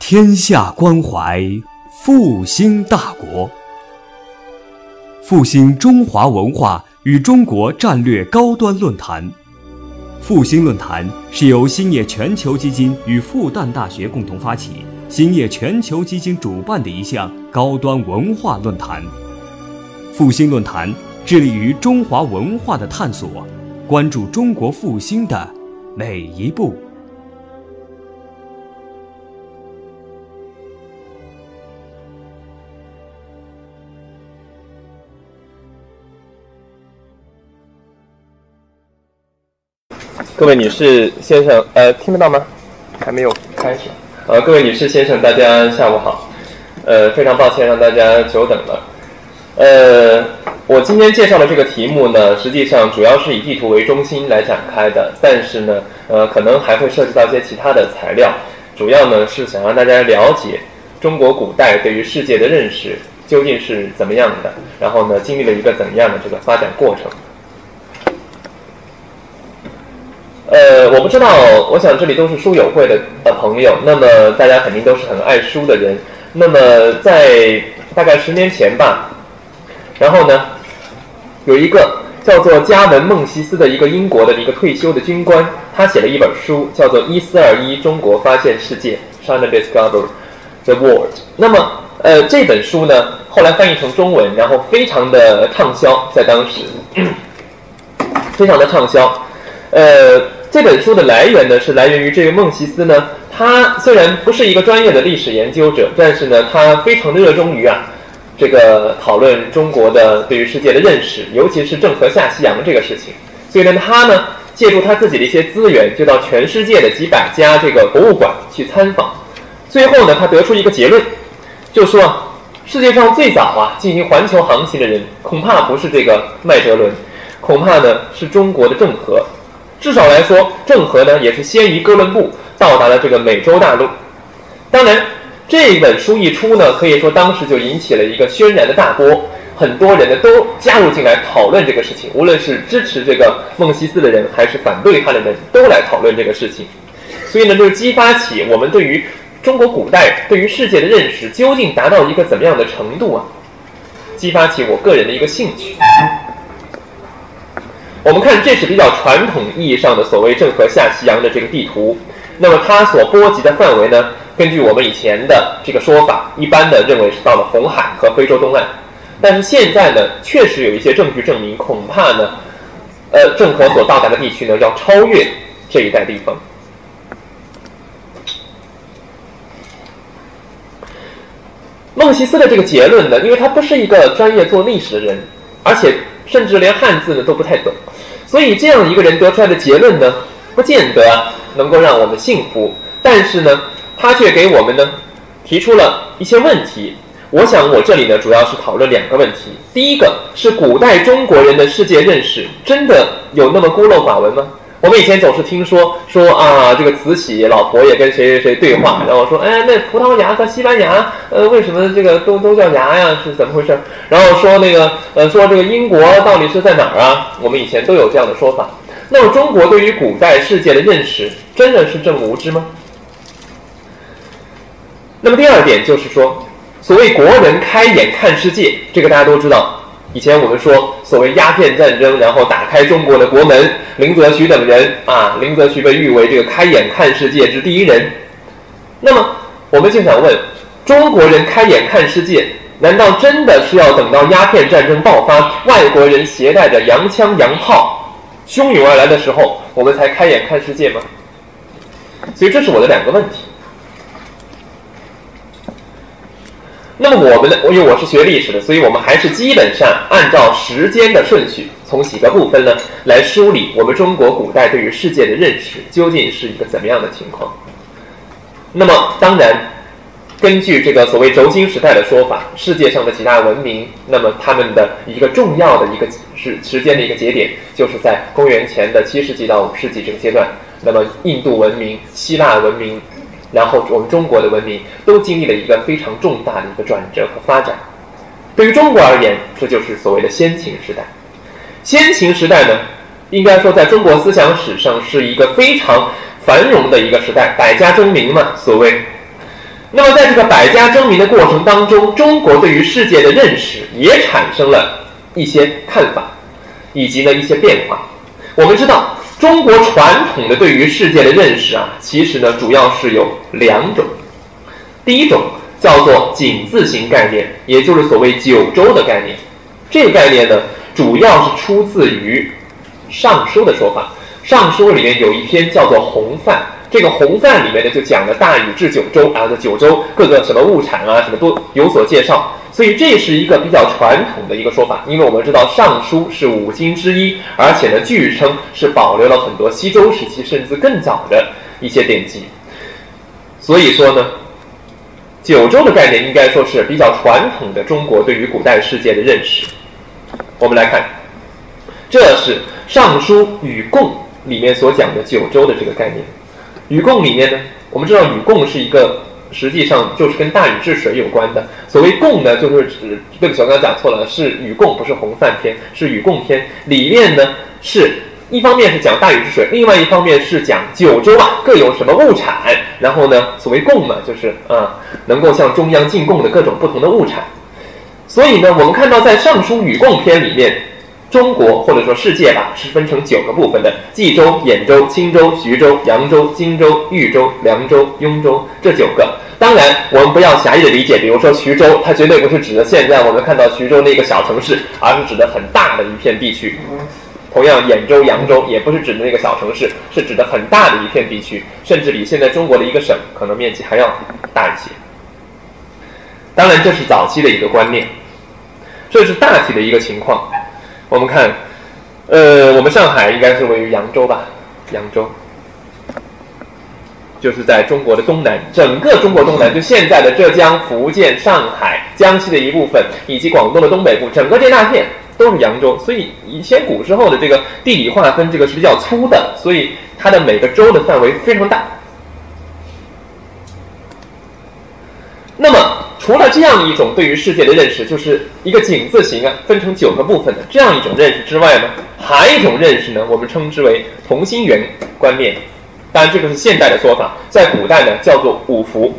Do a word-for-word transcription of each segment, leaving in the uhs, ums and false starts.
天下关怀复兴大国，复兴中华文化与中国战略高端论坛。复兴论坛是由兴业全球基金与复旦大学共同发起，兴业全球基金主办的一项高端文化论坛。复兴论坛致力于中华文化的探索，关注中国复兴的每一步。 各位女士、先生，呃，听得到吗？还没有开始。呃，各位女士、先生，大家下午好。呃，非常抱歉让大家久等了。呃，我今天介绍的这个题目呢，实际上主要是以地图为中心来展开的，但是呢，呃，可能还会涉及到一些其他的材料。主要呢是想让大家了解中国古代对于世界的认识究竟是怎么样的，然后呢，经历了一个怎样的这个发展过程。呃，我不知道，我想这里都是书友会的呃朋友，那么大家肯定都是很爱书的人。那么在大概十年前吧，然后呢，有一个叫做加文·孟西斯的一个英国的一个退休的军官，他写了一本书，叫做《一四二一中国发现世界》（China Discovered the World）。那么，呃，这本书呢，后来翻译成中文，然后非常的畅销，在当时，非常的畅销。呃。这本书的来源呢，是来源于这个孟西斯呢，他虽然不是一个专业的历史研究者，但是呢，他非常的热衷于啊，这个讨论中国的对于世界的认识，尤其是郑和下西洋这个事情。所以呢，他呢，借助他自己的一些资源，就到全世界的几百家这个博物馆去参访。最后呢，他得出一个结论，就说啊，世界上最早啊进行环球航行的人，恐怕不是这个麦哲伦，恐怕呢是中国的郑和。至少来说，郑和呢也是先于哥伦布到达了这个美洲大陆。当然，这本书一出呢，可以说当时就引起了一个轩然的大波，很多人呢都加入进来讨论这个事情，无论是支持这个孟西斯的人，还是反对他的人，都来讨论这个事情。所以呢，就激发起我们对于中国古代、对于世界的认识究竟达到一个怎么样的程度啊？激发起我个人的一个兴趣。我们看，这是比较传统意义上的所谓郑和下西洋的这个地图。那么它所波及的范围呢，根据我们以前的这个说法，一般的认为是到了红海和非洲东岸。但是现在呢，确实有一些证据证明，恐怕呢，呃，郑和所到达的地区呢，要超越这一带地方。孟西斯的这个结论呢，因为他不是一个专业做历史的人，而且甚至连汉字呢都不太懂，所以这样一个人得出来的结论呢，不见得能够让我们信服。但是呢，他却给我们呢提出了一些问题。我想我这里呢主要是讨论两个问题。第一个是古代中国人的世界认识真的有那么孤陋寡闻吗？我们以前总是听说说啊，这个慈禧老佛爷跟谁谁谁对话，然后说，哎，那葡萄牙和西班牙，呃，为什么这个都都叫牙呀？是怎么回事？然后说那个，呃，说这个英国到底是在哪儿啊？我们以前都有这样的说法。那么中国对于古代世界的认识真的是这么无知吗？那么第二点就是说，所谓国人开眼看世界，这个大家都知道。以前我们说所谓鸦片战争，然后打开中国的国门，林则徐等人啊，林则徐被誉为这个开眼看世界之第一人。那么我们就想问，中国人开眼看世界，难道真的是要等到鸦片战争爆发，外国人携带着洋枪洋炮汹涌而来的时候，我们才开眼看世界吗？所以这是我的两个问题。那么我们的，因为我是学历史的，所以我们还是基本上按照时间的顺序，从几个部分呢来梳理我们中国古代对于世界的认识究竟是一个怎么样的情况。那么当然，根据这个所谓轴心时代的说法，世界上的几大文明，那么他们的一个重要的一个时时间的一个节点，就是在公元前的七世纪到五世纪这个阶段。那么印度文明、希腊文明，然后我们中国的文明都经历了一个非常重大的一个转折和发展。对于中国而言，这就是所谓的先秦时代。先秦时代呢，应该说在中国思想史上是一个非常繁荣的一个时代，百家争鸣嘛，所谓那么在这个百家争鸣的过程当中，中国对于世界的认识也产生了一些看法，以及呢一些变化。我们知道中国传统的对于世界的认识啊，其实呢主要是有两种。第一种叫做井字形概念，也就是所谓九州的概念。这个概念呢主要是出自于《尚书》的说法。《尚书》里面有一篇叫做《洪范》，这个《洪范》里面呢就讲了大禹治九州，然后九州各个什么物产啊什么都有所介绍。所以这是一个比较传统的一个说法，因为我们知道《尚书》是五经之一，而且呢据称是保留了很多西周时期甚至更早的一些典籍。所以说呢，九州的概念应该说是比较传统的中国对于古代世界的认识。我们来看，这是《尚书·禹贡》里面所讲的九州的这个概念。禹贡里面呢，我们知道禹贡是一个实际上就是跟大禹治水有关的。所谓贡呢，就是指，对不起，我刚才讲错了，是禹贡，不是洪范篇，是禹贡篇。里面呢是一方面是讲大禹治水，另外一方面是讲九州啊各有什么物产，然后呢所谓贡嘛，就是啊能够向中央进贡的各种不同的物产。所以呢我们看到在《尚书·禹贡篇》里面，中国或者说世界吧是分成九个部分的：冀州、兖州、青州、徐州、扬州、荆州、豫州、凉州、雍州，这九个。当然我们不要狭义的理解，比如说徐州，它绝对不是指的现在我们看到徐州那个小城市，而是指的很大的一片地区。同样兖州、扬州也不是指的那个小城市，是指的很大的一片地区，甚至比现在中国的一个省可能面积还要大一些。当然这是早期的一个观念，这是大体的一个情况。我们看呃，我们上海应该是位于扬州吧，扬州就是在中国的东南，整个中国东南，就现在的浙江、福建、上海、江西的一部分，以及广东的东北部，整个这大片都是扬州。所以以前古时候的这个地理划分，这个是比较粗的，所以它的每个州的范围非常大。那么除了这样一种对于世界的认识，就是一个井字形啊，分成九个部分的这样一种认识之外呢，还有一种认识呢，我们称之为同心圆观念。当然这个是现代的说法，在古代呢叫做五福。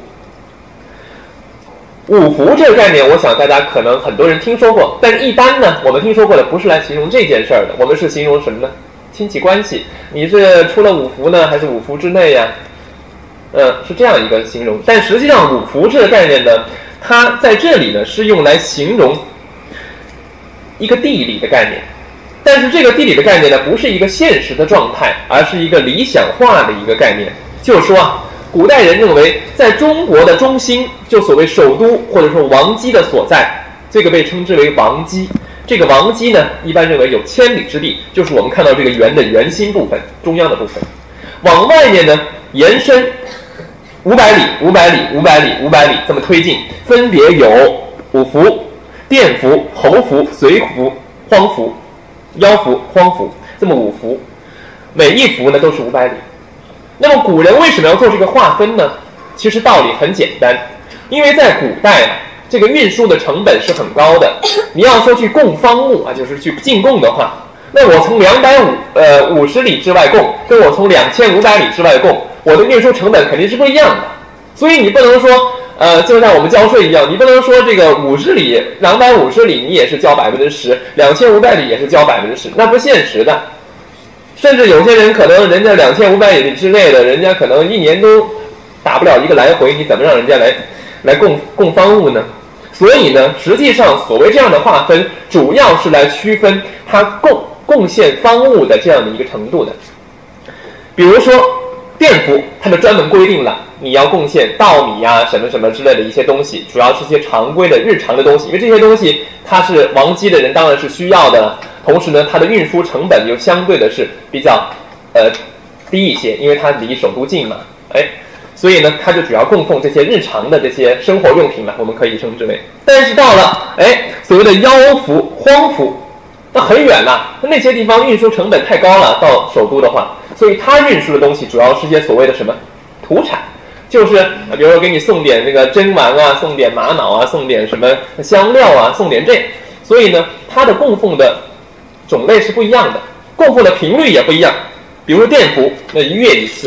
五福这个概念我想大家可能很多人听说过，但是一般呢我们听说过的不是来形容这件事儿的，我们是形容什么呢？亲戚关系，你是出了五福呢还是五福之内呀、呃，是这样一个形容。但实际上五福这个概念呢，它在这里呢是用来形容一个地理的概念，但是这个地理的概念呢不是一个现实的状态，而是一个理想化的一个概念。就是说啊，古代人认为在中国的中心，就所谓首都或者说王畿的所在，这个被称之为王畿。这个王畿呢一般认为有千里之地，就是我们看到这个圆的圆心部分，中央的部分。往外面呢延伸五百里、五百里、五百里、五百里这么推进，分别有五福、甸福、侯福、随福、荒福、妖福、荒福，这么五福，每一福呢都是五百里。那么古人为什么要做这个划分呢？其实道理很简单，因为在古代啊，这个运输的成本是很高的。你要说去供方物啊，就是去进贡的话，那我从两百五呃五十里之外供，跟我从两千五百里之外供，我的运输成本肯定是不一样的。所以你不能说呃就像我们交税一样，你不能说这个五十里两百五十里你也是交百分之十，两千五百里也是交百分之十，那不现实的。甚至有些人可能人家两千五百里之内的，人家可能一年都打不了一个来回，你怎么让人家来来供供方物呢？所以呢，实际上所谓这样的划分，主要是来区分它贡贡献方物的这样的一个程度的。比如说甸福，它就专门规定了你要贡献稻米啊什么什么之类的一些东西，主要是一些常规的日常的东西，因为这些东西它是王畿的人当然是需要的，同时呢它的运输成本又相对的是比较呃低一些，因为它离首都近嘛，哎，所以呢它就主要供奉这些日常的这些生活用品嘛，我们可以称之为。但是到了哎所谓的妖福、荒福，那很远了，那些地方运输成本太高了，到首都的话，所以它运输的东西主要是些所谓的什么土产，就是比如说给你送点那个针丸啊，送点玛瑙啊，送点什么香料啊，送点这，所以呢它的供奉的种类是不一样的，供奉的频率也不一样。比如说甸福，那一月一次，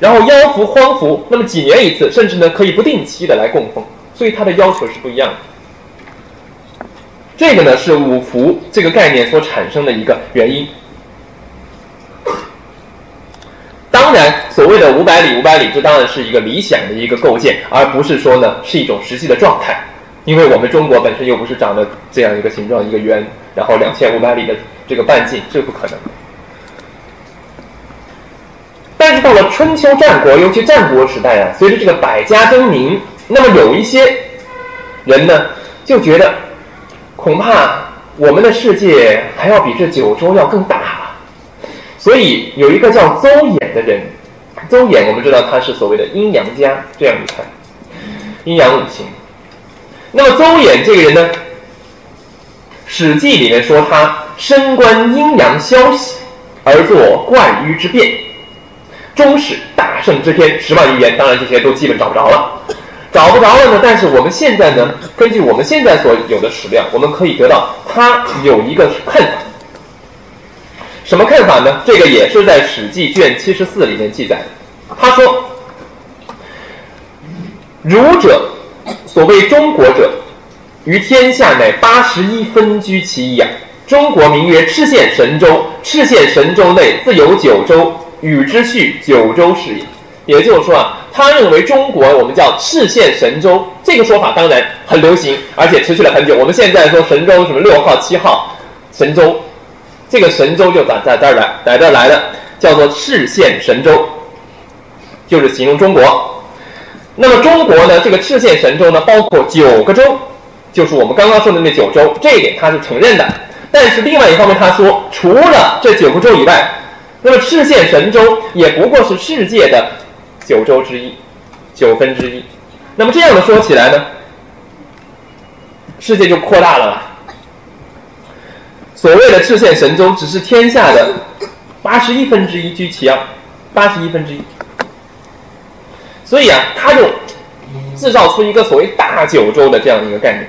然后妖符、荒符，那么几年一次，甚至呢可以不定期的来供奉，所以它的要求是不一样的。这个呢是五符这个概念所产生的一个原因。当然，所谓的五百里，五百里，这当然是一个理想的一个构建，而不是说呢是一种实际的状态。因为我们中国本身又不是长得这样一个形状，一个圆，然后两千五百里的这个半径，这不可能。但是到了春秋战国，尤其战国时代啊，随着这个百家争鸣，那么有一些人呢就觉得，恐怕我们的世界还要比这九州要更大了。所以有一个叫邹衍的人，邹衍我们知道他是所谓的阴阳家，这样一看，阴阳五行。那么邹衍这个人呢，《史记》里面说他身观阴阳消息，而作怪迂之变，终始大圣之篇，十万余言。当然这些都基本找不着了，找不着了呢。但是我们现在呢，根据我们现在所有的史料，我们可以得到他有一个看法。什么看法呢？这个也是在《史记》卷七十四里面记载的。他说：“儒者，所谓中国者，于天下乃八十一分居其一啊。中国名曰赤县神州，赤县神州内自有九州，与之序九州是也。”也就是说啊，他认为中国我们叫赤县神州，这个说法当然很流行，而且持续了很久。我们现在说神州什么六号、七号神州。这个神州就在在这儿来，在这儿来的，叫做赤县神州，就是形容中国。那么中国呢，这个赤县神州呢，包括九个州，就是我们刚刚说的那九州，这一点他是承认的。但是另外一方面，他说，除了这九个州以外，那么赤县神州也不过是世界的九州之一，九分之一。那么这样的说起来呢，世界就扩大了吧。所谓的赤县神州只是天下的八十一分之一居其二，八十一分之一。所以啊，他就制造出一个所谓大九州的这样一个概念。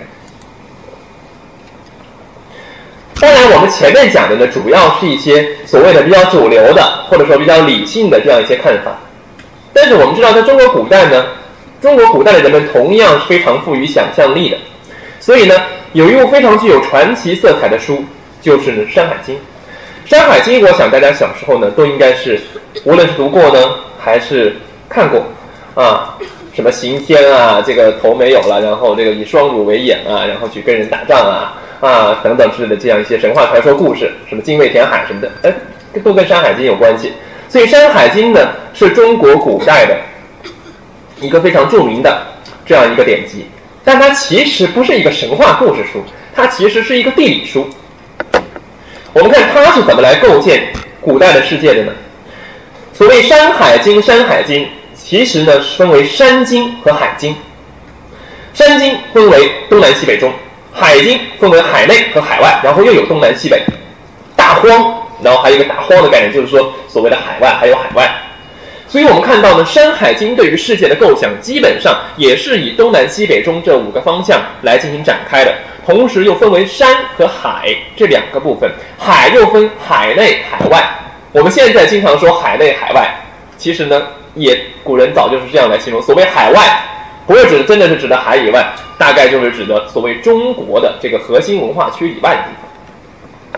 当然，我们前面讲的呢，主要是一些所谓的比较主流的，或者说比较理性的这样一些看法。但是我们知道，在中国古代呢，中国古代的人们同样是非常富于想象力的。所以呢，有一部非常具有传奇色彩的书，就是《山海经》。《山海经》，我想大家小时候呢，都应该是，无论是读过呢，还是看过啊。什么刑天啊，这个头没有了，然后这个以双乳为眼啊，然后去跟人打仗啊啊等等之类的这样一些神话传说故事，什么精卫填海什么的，哎，都跟《山海经》有关系。所以《山海经》呢，是中国古代的一个非常著名的这样一个典籍，但它其实不是一个神话故事书，它其实是一个地理书。我们看它是怎么来构建古代的世界的呢？所谓《山海经》，《山海经》其实呢分为山经和海经。山经分为东南西北中，海经分为海内和海外，然后又有东南西北。大荒，然后还有一个大荒的概念，就是说所谓的海外还有海外。所以我们看到呢，《山海经》对于世界的构想基本上也是以东南西北中这五个方向来进行展开的，同时又分为山和海这两个部分，海又分海内海外。我们现在经常说海内海外，其实呢也古人早就是这样来形容。所谓海外，不是指的真的是指的海以外，大概就是指的所谓中国的这个核心文化区以外的地方。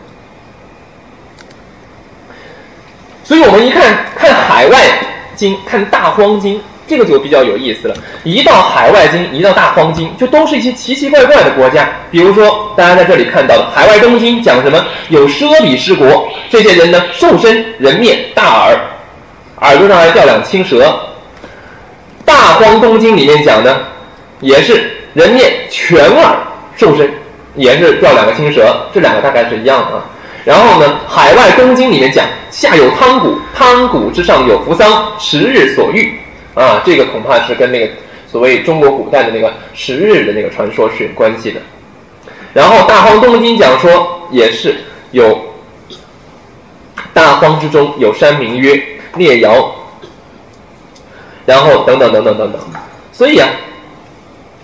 所以我们一看看海外经，看大荒经，这个就比较有意思了。一到海外经，一到大荒经，就都是一些奇奇怪怪的国家。比如说大家在这里看到的海外东经讲什么？有奢比尸国，这些人呢瘦身人面大耳，耳朵上还吊两青蛇。大荒东经里面讲呢，也是人面全耳瘦身，也是吊两个青蛇，这两个大概是一样的啊。然后呢，海外东经里面讲，下有汤谷，汤谷之上有扶桑，十日所遇啊，这个恐怕是跟那个所谓中国古代的那个十日的那个传说是有关系的。然后大荒东经讲说，也是有大荒之中有山名曰列瑶，然后等等等等等等。所以啊，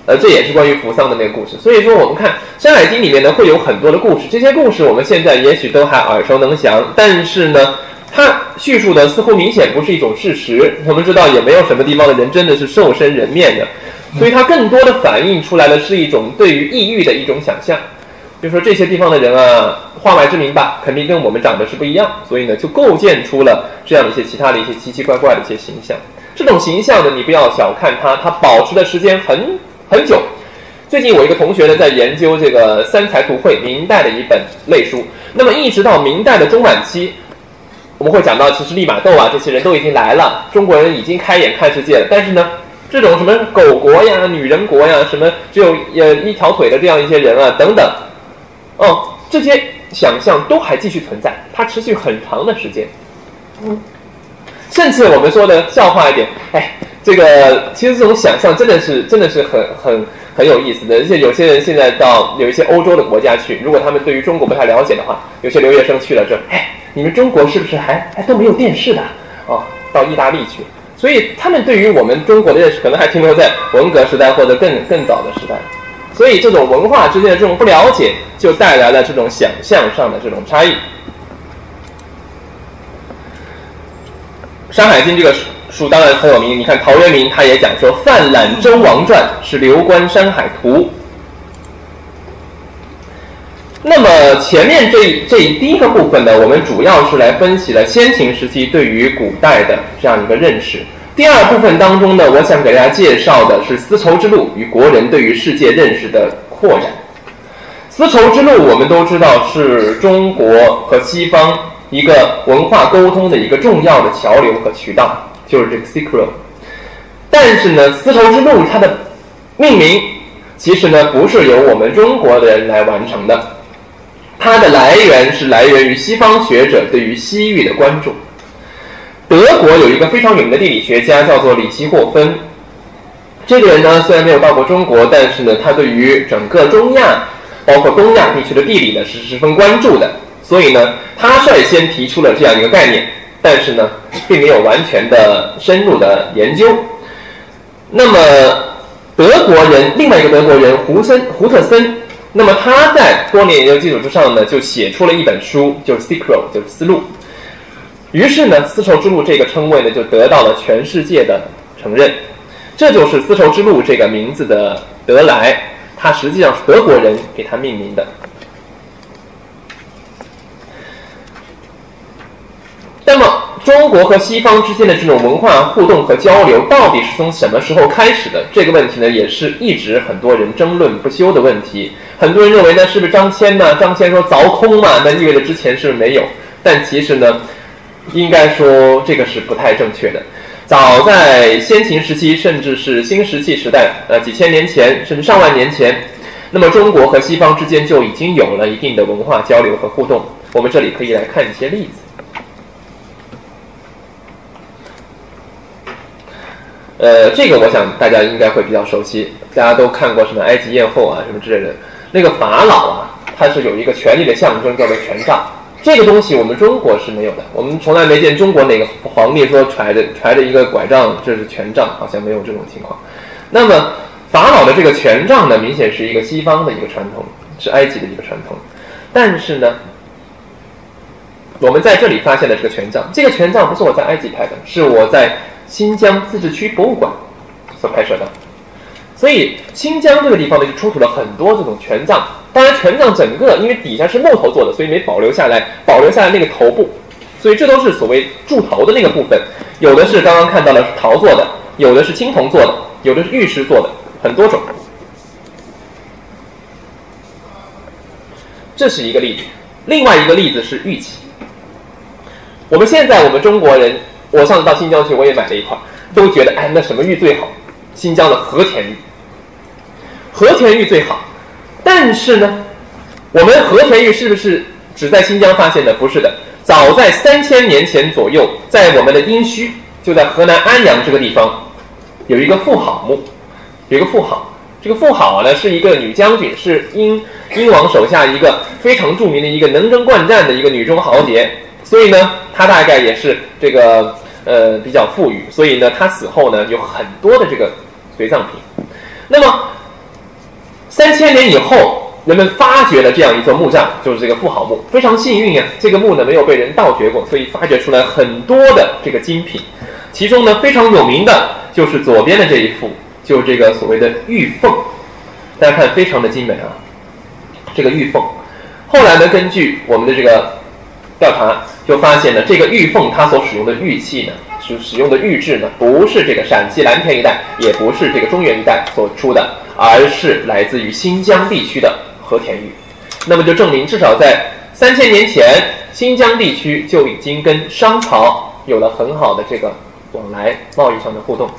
呃，这也是关于扶桑的那个故事。所以说我们看《山海经》里面呢会有很多的故事，这些故事我们现在也许都还耳熟能详，但是呢它叙述的似乎明显不是一种事实。我们知道也没有什么地方的人真的是兽身人面的，所以它更多的反映出来的是一种对于异域的一种想象。就说这些地方的人啊，化外之民吧，肯定跟我们长得是不一样，所以呢就构建出了这样的一些其他的一些奇奇怪怪的一些形象。这种形象呢你不要小看它，它保持的时间很很久。最近我一个同学呢在研究这个三才图会，明代的一本类书，那么一直到明代的中晚期，我们会讲到其实利玛窦啊这些人都已经来了，中国人已经开眼看世界了，但是呢这种什么狗国呀、女人国呀，什么只有呃一条腿的这样一些人啊等等，哦，这些想象都还继续存在，它持续很长的时间。嗯，甚至我们说的笑话一点，哎，这个其实这种想象真的是真的是很很很有意思的。而且有些人现在到有一些欧洲的国家去，如果他们对于中国不太了解的话，有些留学生去了这，哎，你们中国是不是还还都没有电视的？哦，到意大利去，所以他们对于我们中国的认识可能还停留在文革时代或者更更早的时代。所以这种文化之间的这种不了解，就带来了这种想象上的这种差异。《山海经》这个书当然很有名，你看陶渊明他也讲说《泛览周王传》是刘关山海图。那么前面这这第一个部分呢，我们主要是来分析了先秦时期对于古代的这样一个认识。第二部分当中呢，我想给大家介绍的是丝绸之路与国人对于世界认识的扩展。丝绸之路我们都知道是中国和西方一个文化沟通的一个重要的桥流和渠道，就是这个 Silk Road。但是呢，丝绸之路它的命名其实呢不是由我们中国的人来完成的，它的来源是来源于西方学者对于西域的关注。德国有一个非常有名的地理学家叫做里希霍芬，这个人呢虽然没有到过中国，但是呢他对于整个中亚包括东亚地区的地理呢是十分关注的，所以呢他率先提出了这样一个概念，但是呢并没有完全的深入的研究。那么德国人另外一个德国人胡森胡特森，那么他在多年研究基础之上呢就写出了一本书，就是 Silk Road， 就是丝路。于是呢丝绸之路这个称谓呢就得到了全世界的承认，这就是丝绸之路这个名字的得来，它实际上是德国人给它命名的。那么中国和西方之间的这种文化互动和交流到底是从什么时候开始的，这个问题呢也是一直很多人争论不休的问题。很多人认为呢是不是张骞呢张骞说凿空嘛，那意味着之前是不是没有，但其实呢应该说这个是不太正确的。早在先秦时期甚至是新石器时代，呃几千年前甚至上万年前，那么中国和西方之间就已经有了一定的文化交流和互动。我们这里可以来看一些例子。呃这个我想大家应该会比较熟悉，大家都看过什么埃及艳后啊什么之类的，那个法老啊他是有一个权力的象征叫做权杖，这个东西我们中国是没有的，我们从来没见中国哪个皇帝说揣着揣着一个拐杖这是权杖，好像没有这种情况。那么法老的这个权杖呢明显是一个西方的一个传统，是埃及的一个传统。但是呢我们在这里发现的这个权杖，这个权杖不是我在埃及拍的，是我在新疆自治区博物馆所拍摄的。所以新疆这个地方呢就出土了很多这种权杖，当然权杖整个因为底下是木头做的，所以没保留下来保留下来那个头部，所以这都是所谓铸头的那个部分，有的是刚刚看到的是陶做的，有的是青铜做的，有的是玉石做的，很多种。这是一个例子。另外一个例子是玉器。我们现在我们中国人，我上次到新疆去我也买了一块，都觉得哎那什么玉最好，新疆的和田玉，和田玉最好。但是呢我们和田玉是不是只在新疆发现的？不是的，早在三千年前左右，在我们的殷墟，就在河南安阳这个地方有一个妇好墓，有一个妇好。这个妇好呢是一个女将军，是殷殷王手下一个非常著名的一个能征惯战的一个女中豪杰，所以呢她大概也是这个呃比较富裕，所以呢她死后呢有很多的这个随葬品。那么三千年以后，人们发掘了这样一座墓葬，就是这个妇好墓。非常幸运啊，这个墓呢没有被人盗掘过，所以发掘出来很多的这个精品。其中呢非常有名的就是左边的这一幅，就是这个所谓的玉凤。大家看，非常的精美啊，这个玉凤。后来呢，根据我们的这个调查，就发现呢，这个玉凤它所使用的玉器呢，使使用的玉质呢，不是这个陕西蓝田一带，也不是这个中原一带所出的，而是来自于新疆地区的和田玉。那么就证明，至少在三千年前，新疆地区就已经跟商朝有了很好的这个往来贸易上的互动。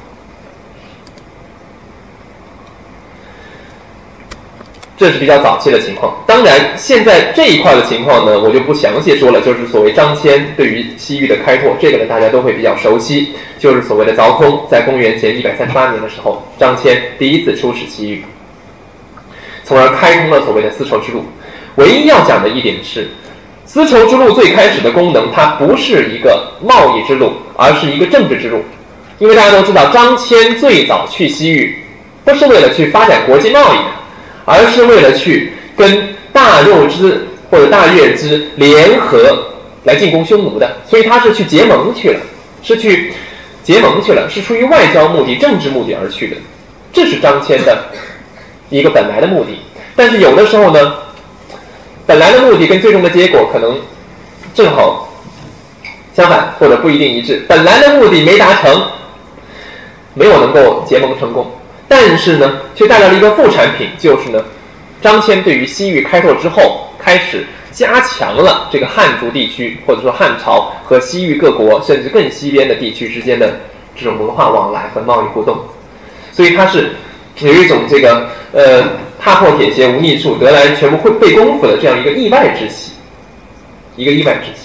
这是比较早期的情况。当然，现在这一块的情况呢，我就不详细说了。就是所谓张骞对于西域的开拓，这个呢大家都会比较熟悉，就是所谓的凿空。在公元前一百三十八年的时候，张骞第一次出使西域，从而开通了所谓的丝绸之路。唯一要讲的一点是，丝绸之路最开始的功能，它不是一个贸易之路，而是一个政治之路。因为大家都知道，张骞最早去西域，不是为了去发展国际贸易的，而是为了去跟大肉支或者大月支联合来进攻匈奴的，所以他是去结盟去了，是去结盟去了，是出于外交目的、政治目的而去的，这是张骞的一个本来的目的。但是有的时候呢，本来的目的跟最终的结果可能正好相反，或者不一定一致。本来的目的没达成，没有能够结盟成功。但是呢，却带来了一个副产品，就是呢，张骞对于西域开拓之后，开始加强了这个汉族地区或者说汉朝和西域各国甚至更西边的地区之间的这种文化往来和贸易互动。所以它是有一种这个呃踏破铁鞋无觅处，得来全不会费功夫的这样一个意外之喜，一个意外之喜。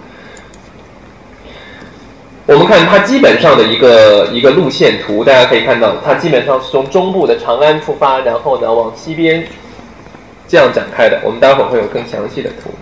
我们看它基本上的一个一个路线图，大家可以看到，它基本上是从中部的长安出发，然后呢往西边这样展开的。我们待会儿会有更详细的图。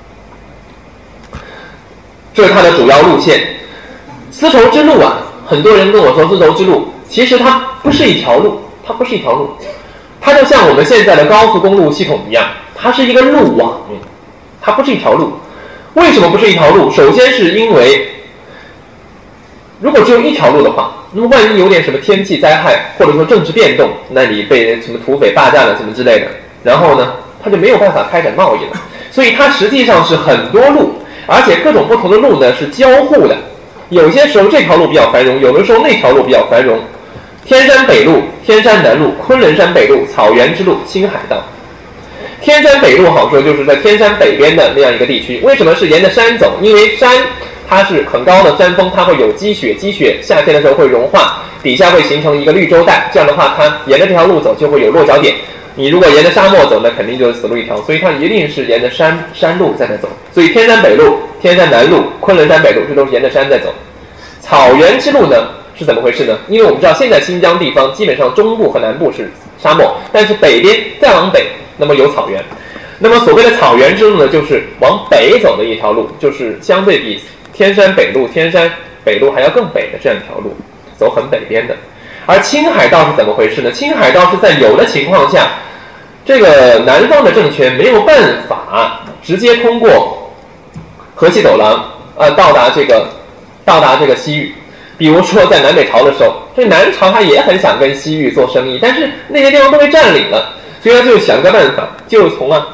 这是它的主要路线。丝绸之路啊，很多人跟我说丝绸之路，其实它不是一条路，它不是一条路，它就像我们现在的高速公路系统一样，它是一个路网，它不是一条路。为什么不是一条路？首先是因为如果只有一条路的话，那么万一有点什么天气灾害，或者说政治变动，那你被什么土匪霸占了什么之类的，然后呢，它就没有办法开展贸易了。所以它实际上是很多路，而且各种不同的路呢是交互的。有些时候这条路比较繁荣，有的时候那条路比较繁荣。天山北路、天山南路、昆仑山北路、草原之路、青海道。天山北路好说，就是在天山北边的那样一个地区。为什么是沿着山走？因为山它是很高的山峰，它会有积雪，积雪夏天的时候会融化，底下会形成一个绿洲带，这样的话它沿着这条路走就会有落脚点。你如果沿着沙漠走，那肯定就是死路一条，所以它一定是沿着山山路在那走。所以天山北路、天山南路、昆仑山北路，这都是沿着山在走。草原之路呢是怎么回事呢？因为我们知道现在新疆地方基本上中部和南部是沙漠，但是北边再往北，那么有草原。那么所谓的草原之路呢，就是往北走的一条路，就是相对比天山北路、天山北路还要更北的这样一条路，走很北边的。而青海道是怎么回事呢？青海道是在有的情况下，这个南方的政权没有办法直接通过河西走廊呃到达这个到达这个西域。比如说在南北朝的时候，这南朝他也很想跟西域做生意，但是那些地方都被占领了，所以他就想个办法，就从啊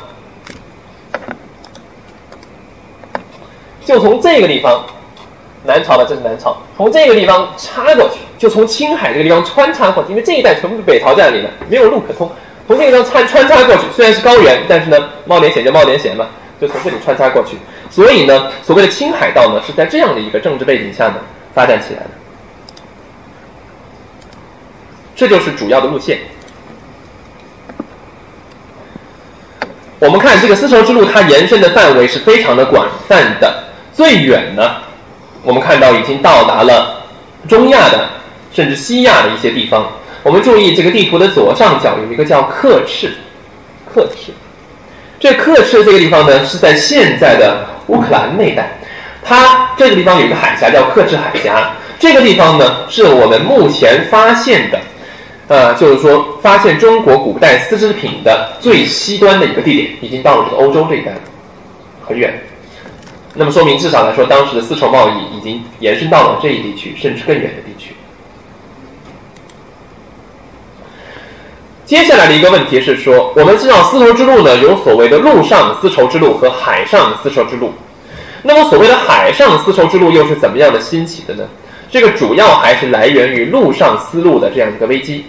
就从这个地方，南朝的这是南朝，从这个地方插过去，就从青海这个地方穿插过去，因为这一带全部被北朝占领了，没有路可通，从这个地方穿穿插过去，虽然是高原，但是呢冒点险就冒点险嘛，就从这里穿插过去。所以呢，所谓的青海道呢，是在这样的一个政治背景下呢发展起来的，这就是主要的路线。我们看这个丝绸之路，它延伸的范围是非常的广泛的。最远呢，我们看到已经到达了中亚的，甚至西亚的一些地方。我们注意这个地图的左上角有一个叫克赤，克赤。这克赤这个地方呢，是在现在的乌克兰那带。它这个地方有一个海峡叫克赤海峡。这个地方呢，是我们目前发现的呃，就是说发现中国古代丝织品的最西端的一个地点，已经到了这个欧洲这一带，很远。那么说明至少来说，当时的丝绸贸易已经延伸到了这一地区，甚至更远的地区。接下来的一个问题是说，我们知道丝绸之路呢，有所谓的陆上丝绸之路和海上丝绸之路。那么所谓的海上丝绸之路又是怎么样的兴起的呢？这个主要还是来源于陆上丝路的这样一个危机。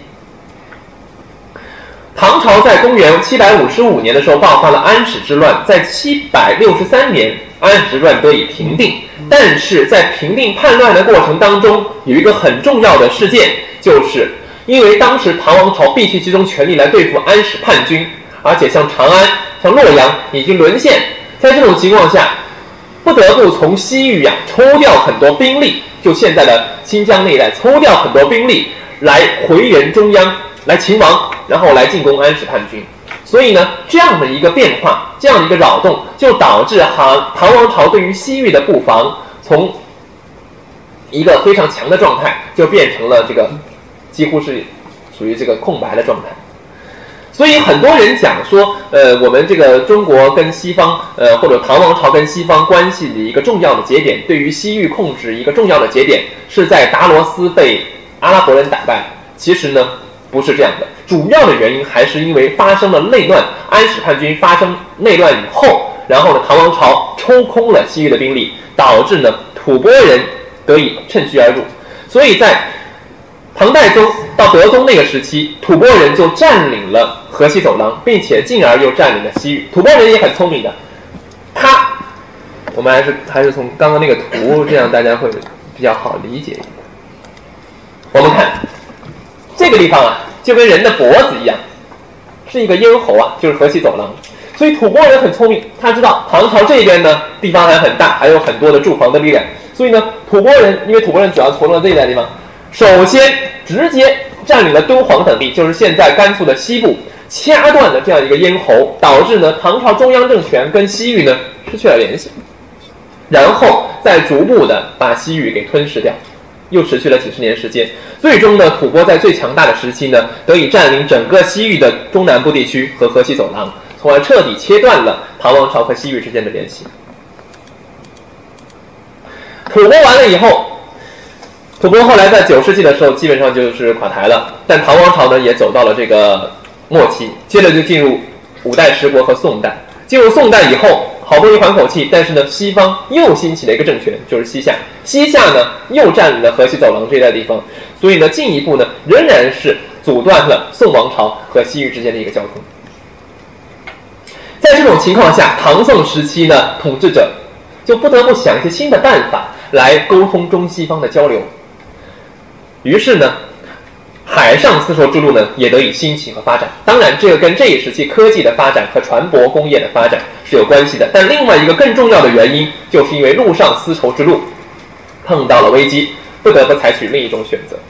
唐朝在公元七百五十五年的时候爆发了安史之乱，在七百六十三年安史之乱得以平定，但是在平定叛乱的过程当中，有一个很重要的事件，就是因为当时唐王朝必须集中全力来对付安史叛军，而且像长安、像洛阳已经沦陷，在这种情况下，不得不从西域啊抽调很多兵力，就现在的新疆那一带抽调很多兵力来回援中央，来勤王，然后来进攻安史叛军。所以呢，这样的一个变化，这样的一个扰动，就导致唐唐王朝对于西域的布防从一个非常强的状态，就变成了这个几乎是属于这个空白的状态。所以很多人讲说，呃，我们这个中国跟西方，呃，或者唐王朝跟西方关系的一个重要的节点，对于西域控制一个重要的节点，是在达罗斯被阿拉伯人打败。其实呢，不是这样的，主要的原因还是因为发生了内乱，安史叛军发生内乱以后，然后呢，唐王朝抽空了西域的兵力，导致呢吐蕃人得以趁虚而入。所以在唐代宗到德宗那个时期，吐蕃人就占领了河西走廊，并且进而又占领了西域。吐蕃人也很聪明的，他，我们还是还是从刚刚那个图，这样大家会比较好理解一点。我们看这个地方啊，就跟人的脖子一样，是一个咽喉啊，就是河西走廊。所以吐蕃人很聪明，他知道唐朝这边呢地方还很大，还有很多的驻防的力量，所以呢，吐蕃人因为吐蕃人主要活动在这一带地方。首先直接占领了敦煌等地，就是现在甘肃的西部，掐断了这样一个咽喉，导致呢唐朝中央政权跟西域呢失去了联系，然后再逐步的把西域给吞噬掉，又持续了几十年时间。最终呢，吐蕃在最强大的时期呢，得以占领整个西域的中南部地区和河西走廊，从而彻底切断了唐王朝和西域之间的联系。吐蕃完了以后，吐蕃后来在九世纪的时候基本上就是垮台了，但唐王朝呢也走到了这个末期，接着就进入五代十国和宋代。进入宋代以后，好不容易缓口气，但是呢，西方又兴起了一个政权，就是西夏。西夏呢又占领了河西走廊这一带地方，所以呢，进一步呢仍然是阻断了宋王朝和西域之间的一个交通。在这种情况下，唐宋时期呢，统治者就不得不想一些新的办法来沟通中西方的交流。于是呢，海上丝绸之路呢也得以兴起和发展。当然，这个跟这一时期科技的发展和船舶工业的发展是有关系的。但另外一个更重要的原因，就是因为陆上丝绸之路碰到了危机，不得不采取另一种选择。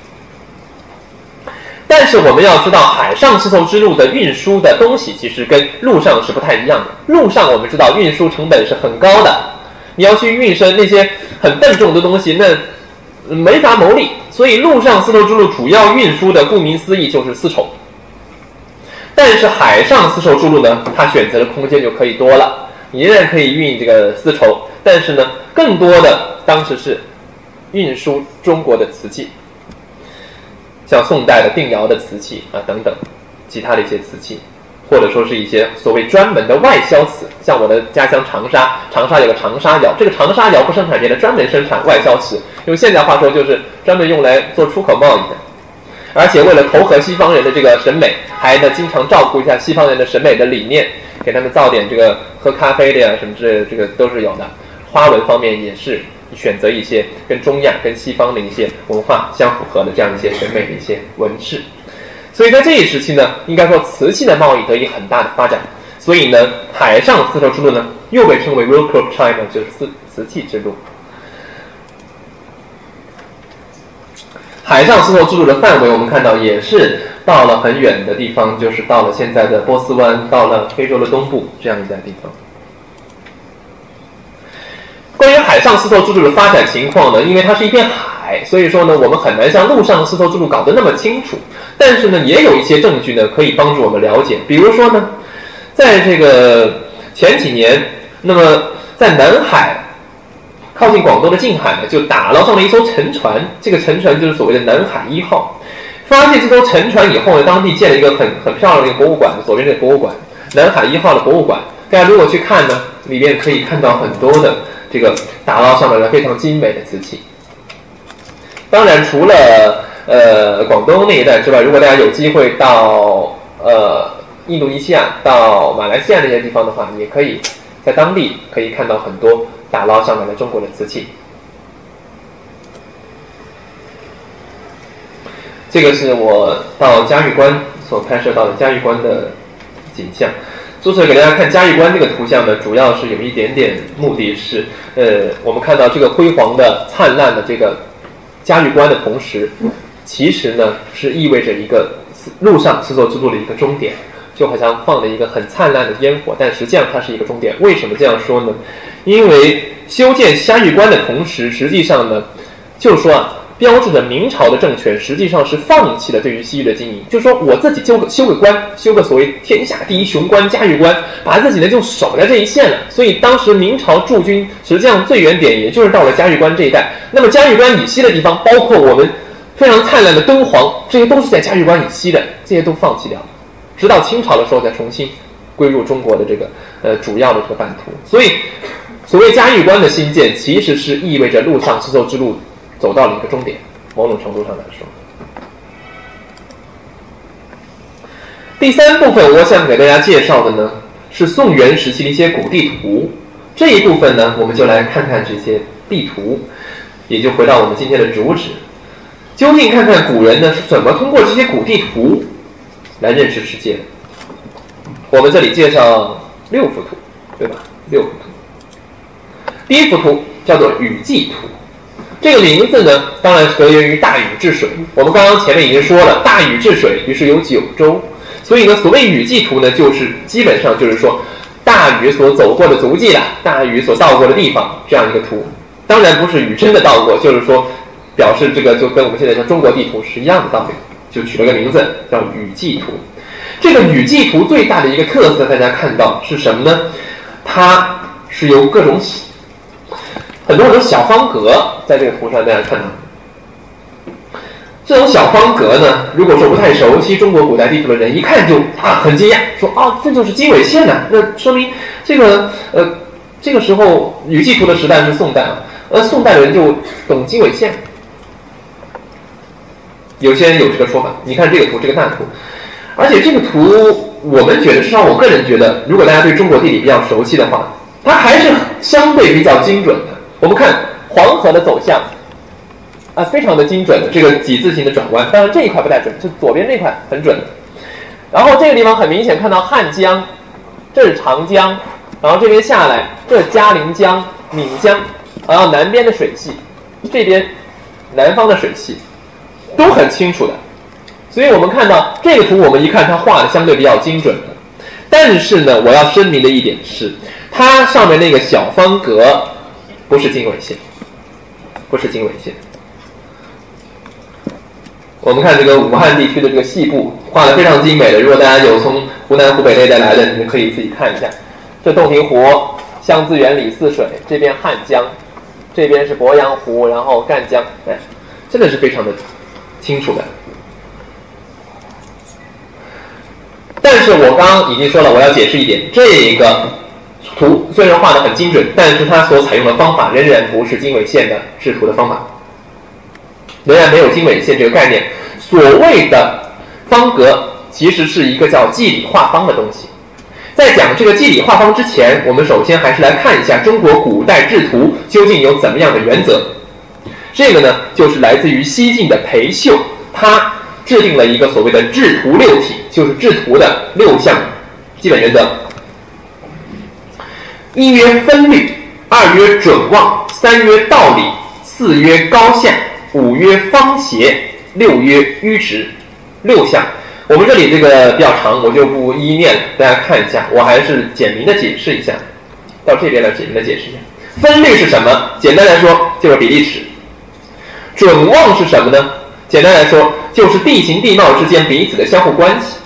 但是我们要知道，海上丝绸之路的运输的东西其实跟陆上是不太一样的。陆上我们知道运输成本是很高的，你要去运升那些很笨重的东西，那没法牟利，所以陆上丝绸之路主要运输的顾名思义就是丝绸。但是海上丝绸之路呢，它选择的空间就可以多了，你仍然可以运这个丝绸，但是呢，更多的当时是运输中国的瓷器，像宋代的定窑的瓷器啊等等，其他的一些瓷器，或者说是一些所谓专门的外销瓷，像我的家乡长沙，长沙有个长沙窑，这个长沙窑不生产别的，专门生产外销瓷，用现代话说就是专门用来做出口贸易的。而且为了投合西方人的这个审美，还呢经常照顾一下西方人的审美的理念，给他们造点这个喝咖啡的呀什么之类的，这个都是有的。花纹方面也是选择一些跟中亚跟西方的一些文化相符合的这样一些审美的一些纹饰。所以在这一时期呢，应该说瓷器的贸易得以很大的发展。所以呢，海上丝绸之路呢又被称为 Road of China， 就是瓷瓷器之路。海上丝绸之路的范围我们看到也是到了很远的地方，就是到了现在的波斯湾，到了非洲的东部这样一带地方。关于海上丝绸之路的发展情况呢，因为它是一片海， 海，所以说呢，我们很难像陆上丝绸之路搞得那么清楚。但是呢，也有一些证据呢，可以帮助我们了解。比如说呢，在这个前几年，那么在南海靠近广东的近海呢，就打捞上了一艘沉船，这个沉船就是所谓的南海一号。发现这艘沉船以后呢，当地建了一个很很漂亮的一个博物馆，左边这个博物馆，南海一号的博物馆。大家如果去看呢，里面可以看到很多的这个打捞上来的非常精美的瓷器。当然，除了呃广东那一带之外，如果大家有机会到呃印度尼西亚、到马来西亚那些地方的话，也可以在当地可以看到很多打捞上来的中国的瓷器。这个是我到嘉峪关所拍摄到的嘉峪关的景象。之所以给大家看嘉峪关这个图像呢，主要是有一点点目的是，呃，我们看到这个辉煌的、灿烂的这个嘉峪关的同时，其实呢是意味着一个陆上丝绸之路的一个终点，就好像放了一个很灿烂的烟火，但实际上它是一个终点。为什么这样说呢？因为修建嘉峪关的同时，实际上呢，就是说啊。标志着明朝的政权实际上是放弃了对于西域的经营，就是说我自己修个修个关，修个所谓天下第一雄关嘉峪关，把自己呢就守在这一线了。所以当时明朝驻军实际上最远点也就是到了嘉峪关这一带。那么嘉峪关以西的地方，包括我们非常灿烂的敦煌，这些都是在嘉峪关以西的，这些都放弃掉了，直到清朝的时候再重新归入中国的这个呃主要的这个版图。所以所谓嘉峪关的兴建，其实是意味着陆上丝绸之路走到了一个终点，某种程度上来说。第三部分我想给大家介绍的呢，是宋元时期的一些古地图。这一部分呢，我们就来看看这些地图，也就回到我们今天的主旨，究竟看看古人呢是怎么通过这些古地图来认识世界的。我们这里介绍六幅图，对吧？六幅图。第一幅图叫做雨季图。这个名字呢，当然是得源于大禹治水。我们刚刚前面已经说了，大禹治水，于是有九州。所以呢，所谓雨季图呢，就是基本上就是说大禹所走过的足迹啦，大禹所到过的地方这样一个图。当然不是禹真的到过，就是说表示这个就跟我们现在像中国地图是一样的道理，就取了个名字叫雨季图。这个雨季图最大的一个特色，大家看到是什么呢？它是由各种很多很多小方格，在这个图上大家看到，这种小方格呢，如果说不太熟悉中国古代地图的人，一看就啊很惊讶，说啊这就是经纬线呐、啊，那说明这个呃这个时候雨季图的时代是宋代啊，呃宋代的人就懂经纬线。有些人有这个说法，你看这个图，这个大图，而且这个图我们觉得，至少我个人觉得，如果大家对中国地理比较熟悉的话，它还是相对比较精准的。我们看黄河的走向啊，非常的精准的这个几字形的转弯，当然这一块不太准，就左边这块很准的。然后这个地方很明显看到汉江，这是长江，然后这边下来这是嘉陵江、岷江，然后南边的水系，这边南方的水系都很清楚的。所以我们看到这个图，我们一看它画的相对比较精准的。但是呢，我要声明的一点是，它上面那个小方格不是经纬线，不是经纬线。我们看这个武汉地区的这个细部画得非常精美的，如果大家有从湖南湖北那带来的，你们可以自己看一下。这洞庭湖、湘资源、李泗水，这边汉江，这边是鄱阳湖，然后赣江，哎，真的是非常的清楚的。但是我刚刚已经说了，我要解释一点，这个图虽然画得很精准，但是它所采用的方法仍然不是经纬线的制图的方法，仍然没有经纬线这个概念。所谓的方格其实是一个叫计理画方的东西。在讲这个计理画方之前，我们首先还是来看一下中国古代制图究竟有怎么样的原则。这个呢，就是来自于西晋的裴秀，他制定了一个所谓的制图六体，就是制图的六项基本原则。一曰分律，二曰准望，三曰道理，四曰高下，五曰方斜，六曰迂直。六项，我们这里这个比较长，我就不一一念了，大家看一下，我还是简明的解释一下。到这边来简明的解释一下，分律是什么？简单来说就是比例尺。 准望是什么呢？简单来说，就是地形地貌之间彼此的相互关系。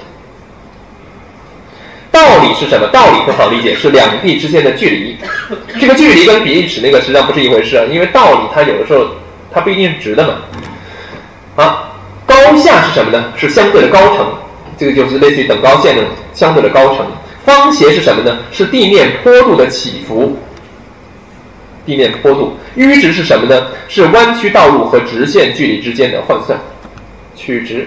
道理是什么？道理很好理解，是两地之间的距离。这个距离跟比例尺那个实际上不是一回事啊，因为道理它有的时候它不一定是直的嘛。啊，高下是什么呢？是相对的高程，这个就是类似于等高线那种相对的高程。方斜是什么呢？是地面坡度的起伏。地面坡度。迂直是什么呢？是弯曲道路和直线距离之间的换算，曲直。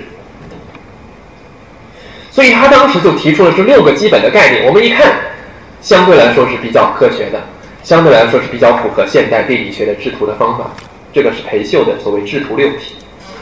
所以他当时就提出了这六个基本的概念，我们一看，相对来说是比较科学的，相对来说是比较符合现代地理学的制图的方法。这个是裴秀的所谓制图六体。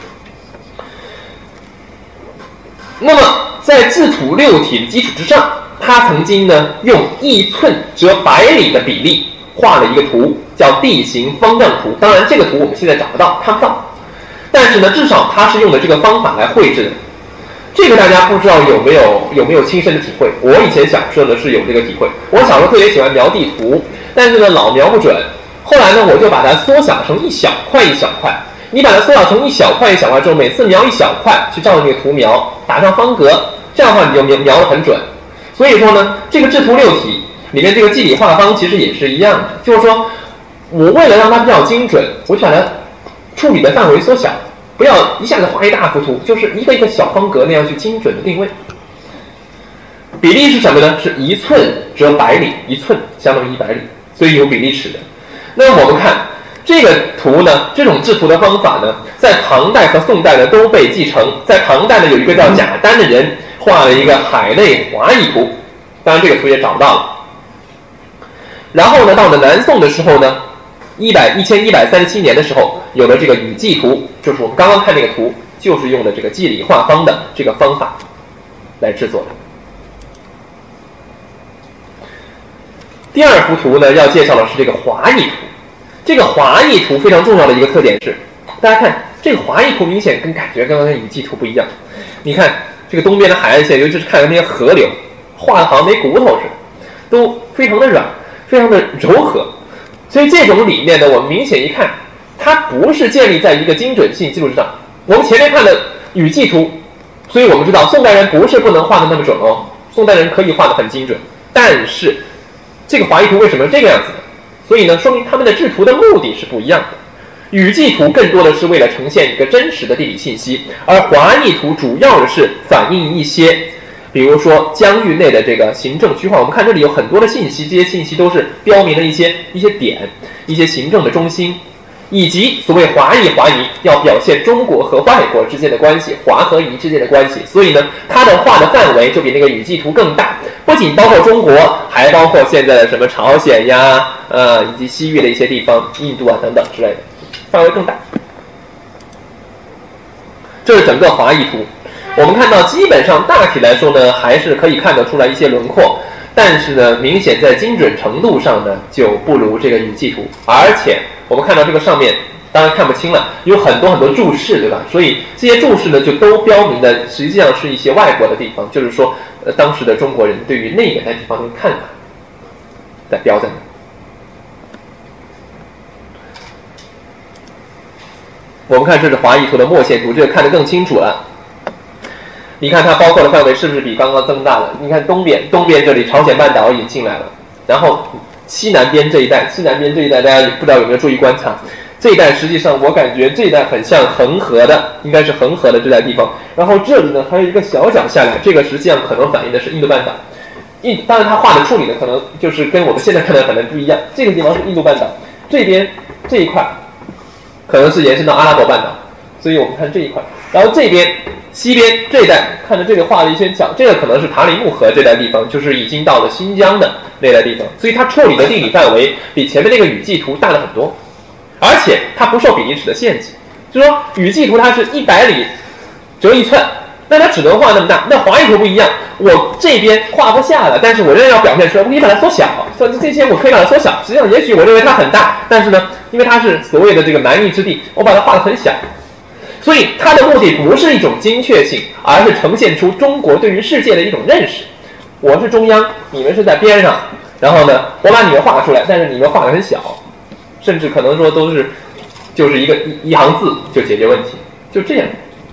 那么在制图六体的基础之上，他曾经呢用一寸折百里的比例画了一个图，叫地形方丈图。当然这个图我们现在找不到，看不到，但是呢至少他是用的这个方法来绘制的。这个大家不知道有没有有没有亲身的体会？我以前小时候呢是有这个体会。我小时候特别喜欢描地图，但是呢老描不准。后来呢我就把它缩小成一小块一小块。你把它缩小成一小块一小块之后，每次描一小块，去照着那个图描，打上方格，这样的话你就描描得很准。所以说呢，这个制图六体里面这个计理画方其实也是一样的，就是说我为了让它比较精准，我就把它处理的范围缩小。不要一下子画一大幅图，就是一个一个小方格那样去精准的定位。比例是什么呢？是一寸折百里，一寸相当于一百里，所以有比例尺的。那我们看这个图呢，这种制图的方法呢，在唐代和宋代呢都被继承。在唐代呢，有一个叫贾丹的人画了一个海内华夷图，当然这个图也找不到了。然后呢，到了南宋的时候呢，一百一千一百三十七年的时候，有了这个雨季图，就是我们刚刚看那个图，就是用的这个计理画方的这个方法来制作的。第二幅图呢，要介绍的是这个华夷图。这个华夷图非常重要的一个特点是，大家看这个华夷图明显跟感觉刚刚跟雨季图不一样。你看这个东边的海岸线，尤其是看那些河流，画的好像没骨头似的，都非常的软，非常的柔和。所以这种理念呢，我们明显一看，它不是建立在一个精准性基础之上。我们前面看的雨季图，所以我们知道宋代人不是不能画的那么准哦，宋代人可以画的很精准。但是这个华夷图为什么这个样子呢？所以呢，说明他们的制图的目的是不一样的。雨季图更多的是为了呈现一个真实的地理信息，而华夷图主要的是反映一些，比如说疆域内的这个行政区划。我们看这里有很多的信息，这些信息都是标明了一些一些点，一些行政的中心，以及所谓华夷华夷要表现中国和外国之间的关系，华和夷之间的关系。所以呢，它的画的范围就比那个雨季图更大，不仅包括中国，还包括现在的什么朝鲜呀，呃，以及西域的一些地方，印度啊等等之类的，范围更大。这是整个华夷图。我们看到基本上大体来说呢，还是可以看得出来一些轮廓，但是呢，明显在精准程度上呢，就不如这个雨季图。而且我们看到这个上面当然看不清了，有很多很多注释，对吧？所以这些注释呢，就都标明的实际上是一些外国的地方，就是说，呃，当时的中国人对于那个地方的看法在标在那。我们看这是华夷图的墨线图，这个看得更清楚了。你看它包括的范围是不是比刚刚增大了？你看东边，东边这里朝鲜半岛已经进来了，然后西南边这一带，西南边这一带大家不知道有没有注意观察，这一带实际上我感觉这一带很像恒河的，应该是恒河的这带地方。然后这里呢还有一个小角下来，这个实际上可能反映的是印度半岛。印当然它画的处理的可能就是跟我们现在看的可能不一样，这个地方是印度半岛，这边这一块可能是延伸到阿拉伯半岛，所以我们看这一块，然后这边西边这一带看着这个画了一圈角，这个可能是塔里木河这带地方，就是已经到了新疆的那带地方，所以它处理的地理范围比前面那个雨季图大了很多，而且它不受比例尺的限制，就是说雨季图它是一百里折一寸，那它只能画那么大。那华夷图不一样，我这边画不下了，但是我仍然要表现出来，我可以把它缩小，所以这些我可以把它缩小。实际上也许我认为它很大，但是呢，因为它是所谓的这个蛮夷之地，我把它画得很小。所以它的目的不是一种精确性，而是呈现出中国对于世界的一种认识。我是中央，你们是在边上，然后呢，我把你们画出来，但是你们画得很小，甚至可能说都是就就是一个一一行字就解决问题，就这样。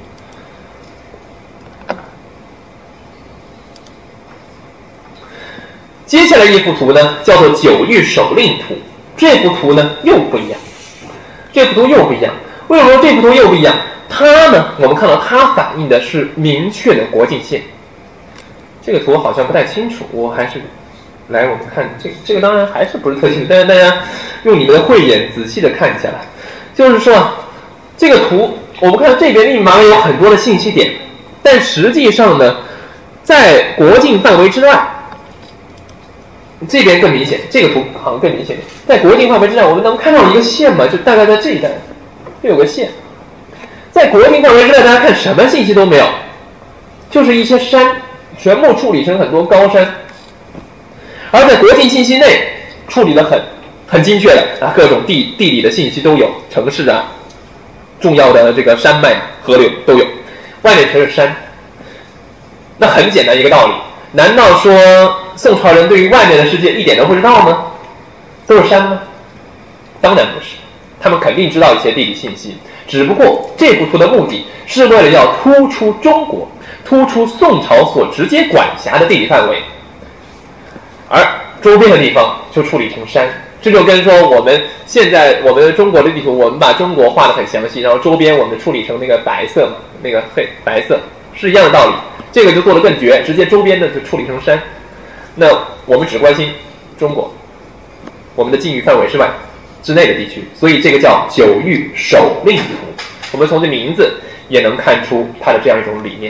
接下来一幅图呢，叫做九域守令图。这幅图呢又不一样，这幅图又不一样。为什么这幅图又不一样？它呢，我们看到它反映的是明确的国境线。这个图好像不太清楚，我还是来我们看这个，这个当然还是不是特清楚，但是大家用你们的慧眼仔细的看一下来。就是说，这个图我们看到这边密密麻麻有很多的信息点，但实际上呢，在国境范围之外。这边更明显，这个图好像更明显。在国境范围之内，我们能看到一个线吗？就大概在这一带，这有个线。在国境范围之内，大家看什么信息都没有，就是一些山，全部处理成很多高山。而在国境信息内，处理的很很精确的啊，各种地地理的信息都有，城市啊，重要的这个山脉、河流都有，外面全是山。那很简单一个道理。难道说宋朝人对于外面的世界一点都不知道吗？都是山吗？当然不是，他们肯定知道一些地理信息，只不过这幅图的目的是为了要突出中国，突出宋朝所直接管辖的地理范围，而周边的地方就处理成山。这就跟说我们现在我们中国的地图，我们把中国画得很详细，然后周边我们处理成那个白色嘛，那个黑白色是一样的道理。这个就做得更绝，直接周边的就处理成山。那我们只关心中国，我们的境域范围之外之内的地区，所以这个叫九域守令图。我们从这名字也能看出它的这样一种理念。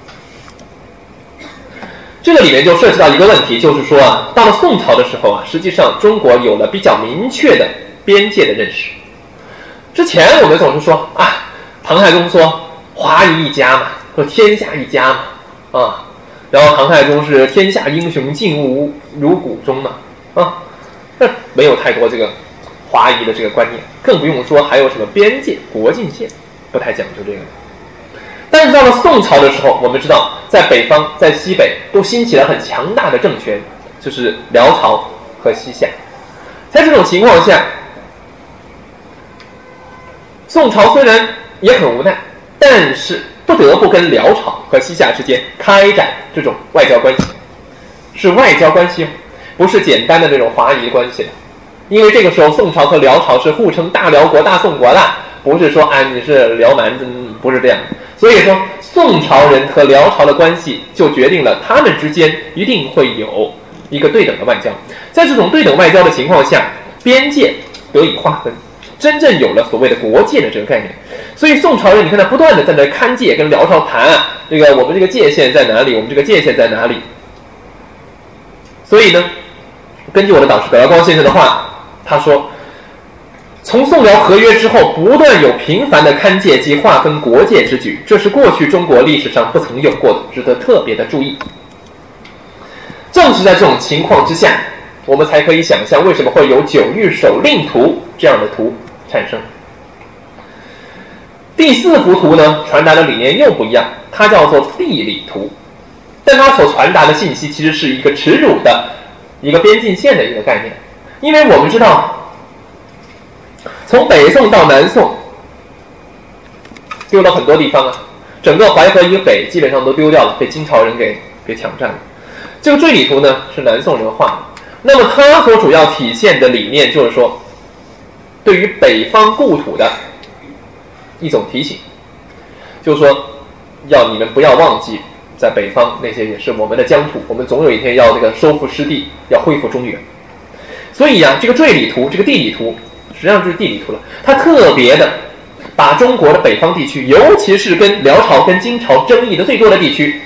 这个里面就涉及到一个问题，就是说啊，到了宋朝的时候啊，实际上中国有了比较明确的边界的认识。之前我们总是说啊，唐太宗说华夷一家嘛，说天下一家嘛。啊，然后唐太宗是天下英雄尽无如谷中嘛，啊，那没有太多这个华夷的这个观念，更不用说还有什么边界、国境线，不太讲究这个。但是到了宋朝的时候，我们知道在北方、在西北都兴起了很强大的政权，就是辽朝和西夏。在这种情况下，宋朝虽然也很无奈，但是不得不跟辽朝和西夏之间开展这种外交关系，是外交关系，不是简单的那种华夷关系的。因为这个时候宋朝和辽朝是互称大辽国、大宋国啦，不是说啊你是辽蛮子，不是这样。所以说宋朝人和辽朝的关系就决定了他们之间一定会有一个对等的外交。在这种对等外交的情况下，边界得以划分，真正有了所谓的国界的这个概念。所以宋朝人你看他不断的在那看界，跟辽朝谈啊，这个我们这个界限在哪里，我们这个界限在哪里。所以呢，根据我的导师葛耀光先生的话，他说从宋辽合约之后，不断有频繁的勘界及划分国界之举，这是过去中国历史上不曾有过的，值得特别的注意。正是在这种情况之下，我们才可以想象为什么会有九域守令图这样的图产生。第四幅图呢，传达的理念又不一样，它叫做地理图，但它所传达的信息其实是一个耻辱的一个边境线的一个概念。因为我们知道从北宋到南宋丢了很多地方啊，整个淮河以北基本上都丢掉了，被金朝人给给抢占了。这个坠里图呢是南宋人画的，那么它所主要体现的理念就是说，对于北方故土的一种提醒，就是说要你们不要忘记在北方那些也是我们的疆土，我们总有一天要这个收复失地，要恢复中原。所以啊，这个坠里图，这个地理图实际上就是地理图了，它特别的把中国的北方地区，尤其是跟辽朝跟金朝争议的最多的地区，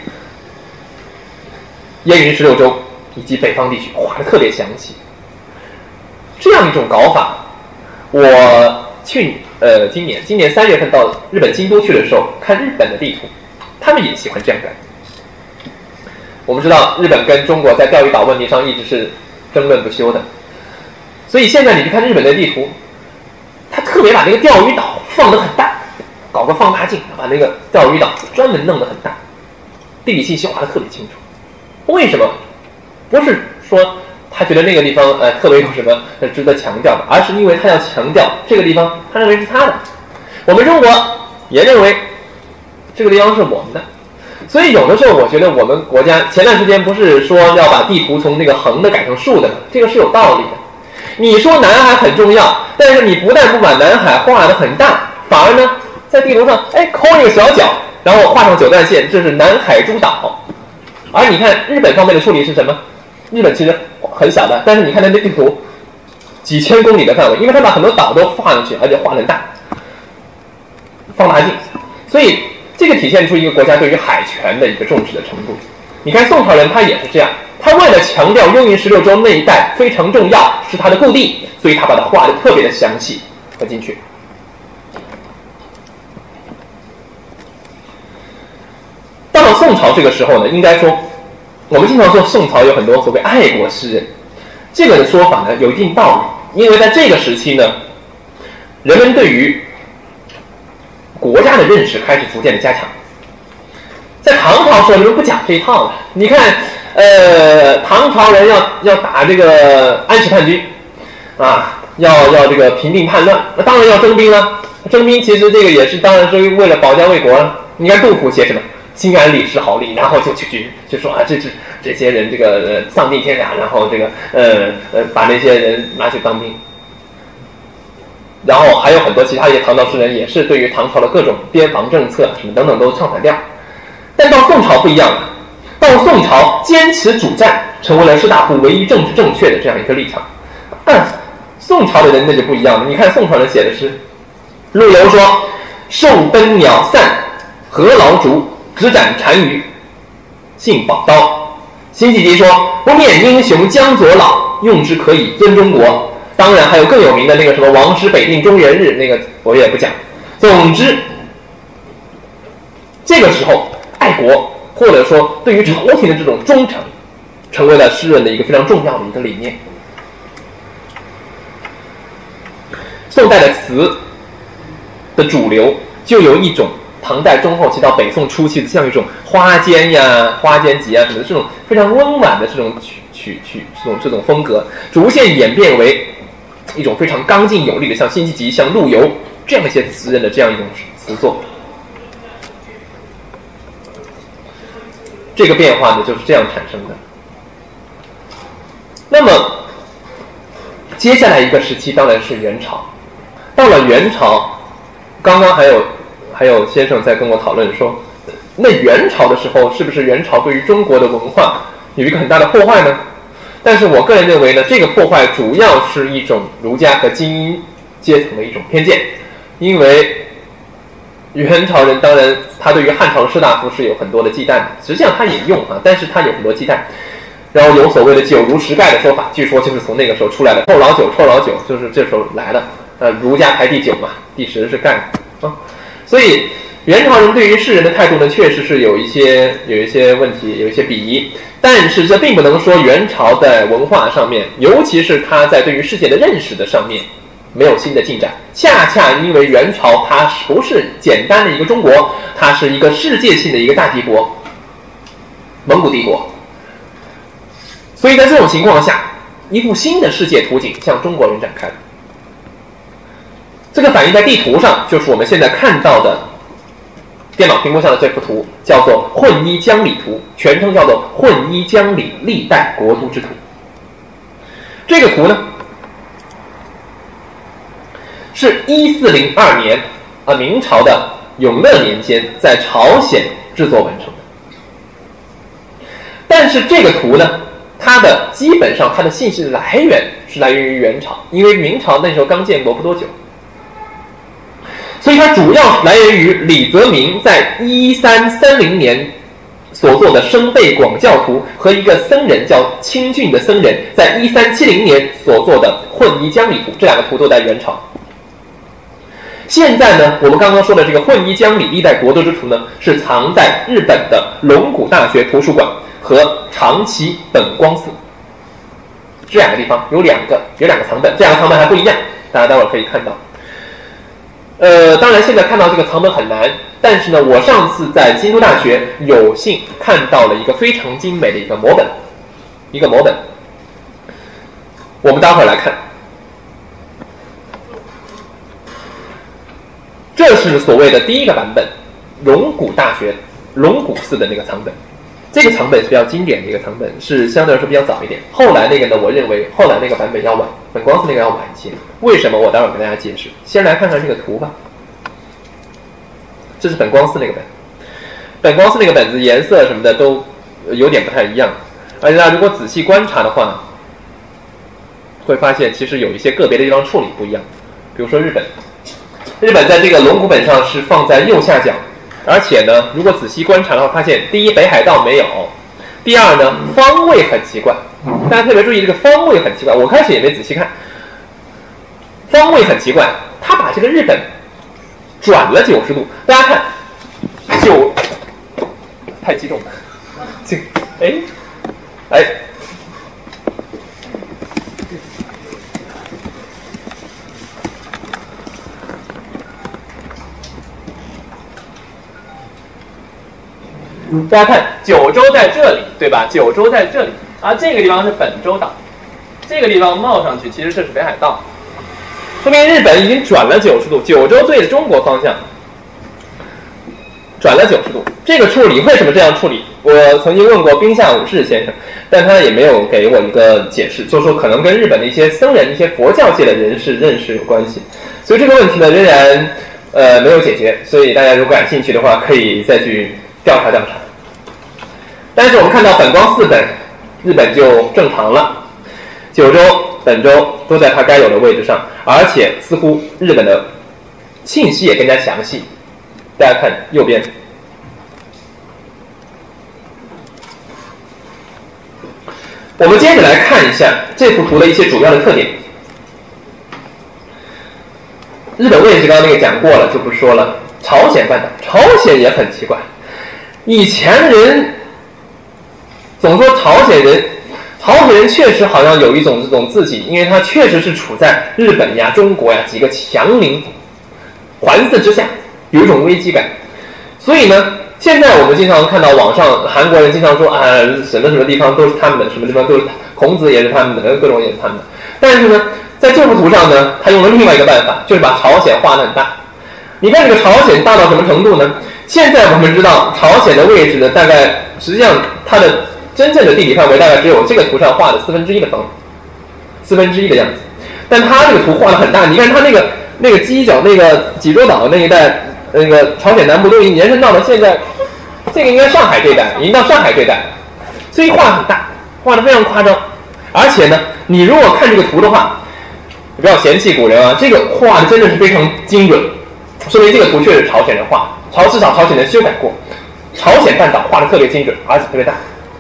燕云十六州以及北方地区画得特别详细。这样一种搞法，我去呃今年今年三月份到日本京都去的时候，看日本的地图，他们也喜欢这样干。我们知道日本跟中国在钓鱼岛问题上一直是争论不休的，所以现在你去看日本的地图，他特别把那个钓鱼岛放得很大，搞个放大镜，把那个钓鱼岛专门弄得很大，地理信息画得特别清楚。为什么？不是说他觉得那个地方呃特别有什么值得强调的，而是因为他要强调这个地方他认为是他的，我们中国也认为这个地方是我们的。所以有的时候我觉得我们国家前段时间不是说要把地图从那个横的改成竖的吗？这个是有道理的。你说南海很重要，但是你不但不把南海画得很大，反而呢在地图上哎抠一个小角，然后画上九段线，这是南海诸岛。而你看日本方面的处理是什么？日本其实很小的，但是你看它的地图几千公里的范围，因为它把很多岛都画上去，而且画很大，放大镜，所以这个体现出一个国家对于海权的一个重视的程度。你看宋朝人他也是这样，他为了强调幽云十六州那一带非常重要，是他的故地，所以他把它画得特别的详细和精确。到了宋朝这个时候呢，应该说我们经常说宋朝有很多所谓爱国诗人，这个的说法呢有一定道理，因为在这个时期呢，人们对于国家的认识开始逐渐的加强。在唐朝时候，人们不讲这一套的。你看，呃，唐朝人要要打这个安史叛军，啊，要要这个平定叛乱，那当然要征兵了。征兵其实这个也是当然是为了保家卫国了。你看杜甫写什么？心安理，识好礼，然后就去去就说啊，这这这些人这个呃丧尽天良，然后这个呃呃把那些人拿去当兵。然后还有很多其他一些唐朝诗人也是对于唐朝的各种边防政策什么等等都唱反调。但到宋朝不一样了，到宋朝坚持主战成为了士大夫唯一政治正确的这样一个立场。但宋朝的人那就不一样了，你看宋朝人写的诗，陆游说：“兽奔鸟散，何劳竹，只斩单于，信宝刀。”辛弃疾说：“不面英雄江左老，用之可以尊中国。”当然还有更有名的那个什么王师北定中原日，那个我也不讲。总之这个时候爱国或者说对于朝廷的这种忠诚成为了诗人的一个非常重要的一个理念。宋代的词的主流就由一种唐代中后期到北宋初期的像一种花间呀、花间集啊什么的这种非常温婉的这种曲曲曲这种这种风格，逐渐演变为一种非常刚劲有力的，像辛弃疾、像陆游这样一些词人的这样一种词作。这个变化呢就是这样产生的。那么接下来一个时期当然是元朝。到了元朝，刚刚还有还有先生在跟我讨论说，那元朝的时候是不是元朝对于中国的文化有一个很大的破坏呢？但是我个人认为呢，这个破坏主要是一种儒家和精英阶层的一种偏见，因为元朝人当然他对于汉朝的士大夫是有很多的忌惮的，实际上他也用啊，但是他有很多忌惮。然后有所谓的九儒十盖的说法，据说就是从那个时候出来的，臭老九臭老九就是这时候来的。呃，儒家排第九嘛，第十是盖啊，所以元朝人对于士人的态度呢，确实是有一些有一些问题，有一些鄙夷。但是这并不能说元朝在文化上面，尤其是他在对于世界的认识的上面没有新的进展。恰恰因为元朝它不是简单的一个中国，它是一个世界性的一个大帝国，蒙古帝国。所以在这种情况下，一幅新的世界图景向中国人展开了。这个反映在地图上，就是我们现在看到的电脑屏幕上的这幅图，叫做混一江里图，全称叫做混一江里历代国都之图。这个图呢，是一四零二年啊，明朝的永乐年间在朝鲜制作完成的。但是这个图呢，它的基本上它的信息来源是来源于元朝，因为明朝那时候刚建国不多久。所以它主要来源于李泽明在一三三零年所做的生贝广教图和一个僧人叫清俊的僧人在一三七零年所做的混一江里图，这两个图都在元朝。现在呢，我们刚刚说的这个混一江里历代国都之图呢，是藏在日本的龙谷大学图书馆和长崎本光寺这两个地方，有两个有两个藏本，这两个藏本还不一样，大家待会儿可以看到。呃，当然现在看到这个藏本很难，但是呢，我上次在京都大学有幸看到了一个非常精美的一个摹本，一个摹本。 我们待会儿来看，这是所谓的第一个版本，龙谷大学龙谷寺的那个藏本。这个藏本是比较经典的一个藏本，是相对来说比较早一点。后来那个呢，我认为后来那个版本要晚，本光寺那个要晚一些。为什么？我待会儿跟大家解释。先来看看这个图吧。这是本光寺那个本，本光寺那个本子颜色什么的都有点不太一样，而且大家如果仔细观察的话，会发现其实有一些个别的地方处理不一样。比如说日本，日本在这个龙骨本上是放在右下角，而且呢，如果仔细观察的话，发现第一北海道没有，第二呢方位很奇怪，大家特别注意这个方位很奇怪，我开始也没仔细看，方位很奇怪，他把这个日本转了九十度，大家看，九，太激动了，这，哎，哎，大家看，九州在这里，对吧？九州在这里，而这个地方是本州岛，这个地方冒上去，其实这是北海道。说明日本已经转了九十度，九州对着中国方向转了九十度。这个处理为什么这样处理？我曾经问过冰下武士先生，但他也没有给我一个解释，就是说可能跟日本的一些僧人、一些佛教界的人士认识有关系。所以这个问题呢，仍然呃没有解决。所以大家如果感兴趣的话，可以再去调查调查。但是我们看到本光寺本，日本就正常了，九州、本州都在它该有的位置上，而且似乎日本的信息也更加详细。大家看右边，我们接着来看一下这幅图的一些主要的特点。日本位置刚刚那个讲过了，就不说了。朝鲜半岛，朝鲜也很奇怪，以前人总说朝鲜人。朝鲜人确实好像有一种这种自己，因为他确实是处在日本呀、中国呀几个强邻环伺之下，有一种危机感。所以呢，现在我们经常看到网上韩国人经常说啊，什么什么地方都是他们的，什么地方都是孔子也是他们的，各种也是他们的。但是呢，在这幅图上呢，他用了另外一个办法，就是把朝鲜画得很大。你看这个朝鲜大到什么程度呢？现在我们知道朝鲜的位置呢，大概实际上它的真正的地理范围大概只有这个图上画的四分之一的方，四分之一的样子。但它这个图画的很大，你看它那个那个犄角那个济州岛那一带，那个朝鲜南部都已经延伸到了现在，这个应该上海这带，已经到上海这带，所以画得很大，画得非常夸张。而且呢，你如果看这个图的话，不要嫌弃古人啊，这个画的真的是非常精准，说明这个图确实是朝鲜人画，朝至少朝鲜人修改过，朝鲜半岛画得特别精准，而且特别大。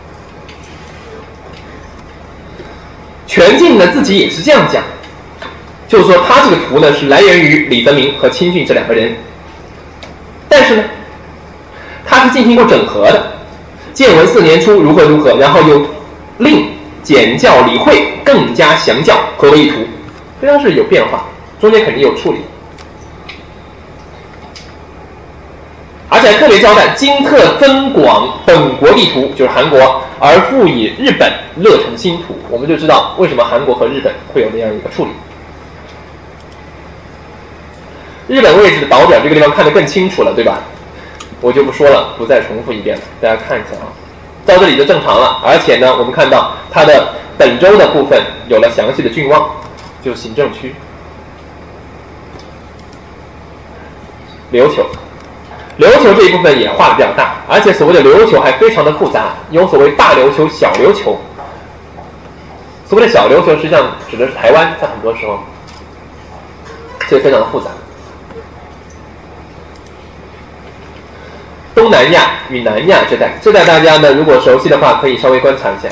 全镜呢自己也是这样讲，就是说他这个图呢是来源于李泽明和清俊这两个人，但是呢，他是进行过整合的。建文四年初如何如何，然后又令简教理会更加详教，合为一图，非常是有变化，中间肯定有处理。而且还特别交代，今特增广本国地图，就是韩国，而复以日本乐成新图。我们就知道为什么韩国和日本会有那样一个处理。日本位置的导表这个地方看得更清楚了，对吧？我就不说了，不再重复一遍了，大家看一下啊。到这里就正常了，而且呢，我们看到它的本州的部分有了详细的郡望，就是行政区。琉球。琉球这一部分也画的比较大，而且所谓的琉球还非常的复杂，有所谓大琉球、小琉球。所谓的小琉球实际上指的是台湾，在很多时候，这非常的复杂。东南亚与南亚这带，这带大家呢如果熟悉的话，可以稍微观察一下。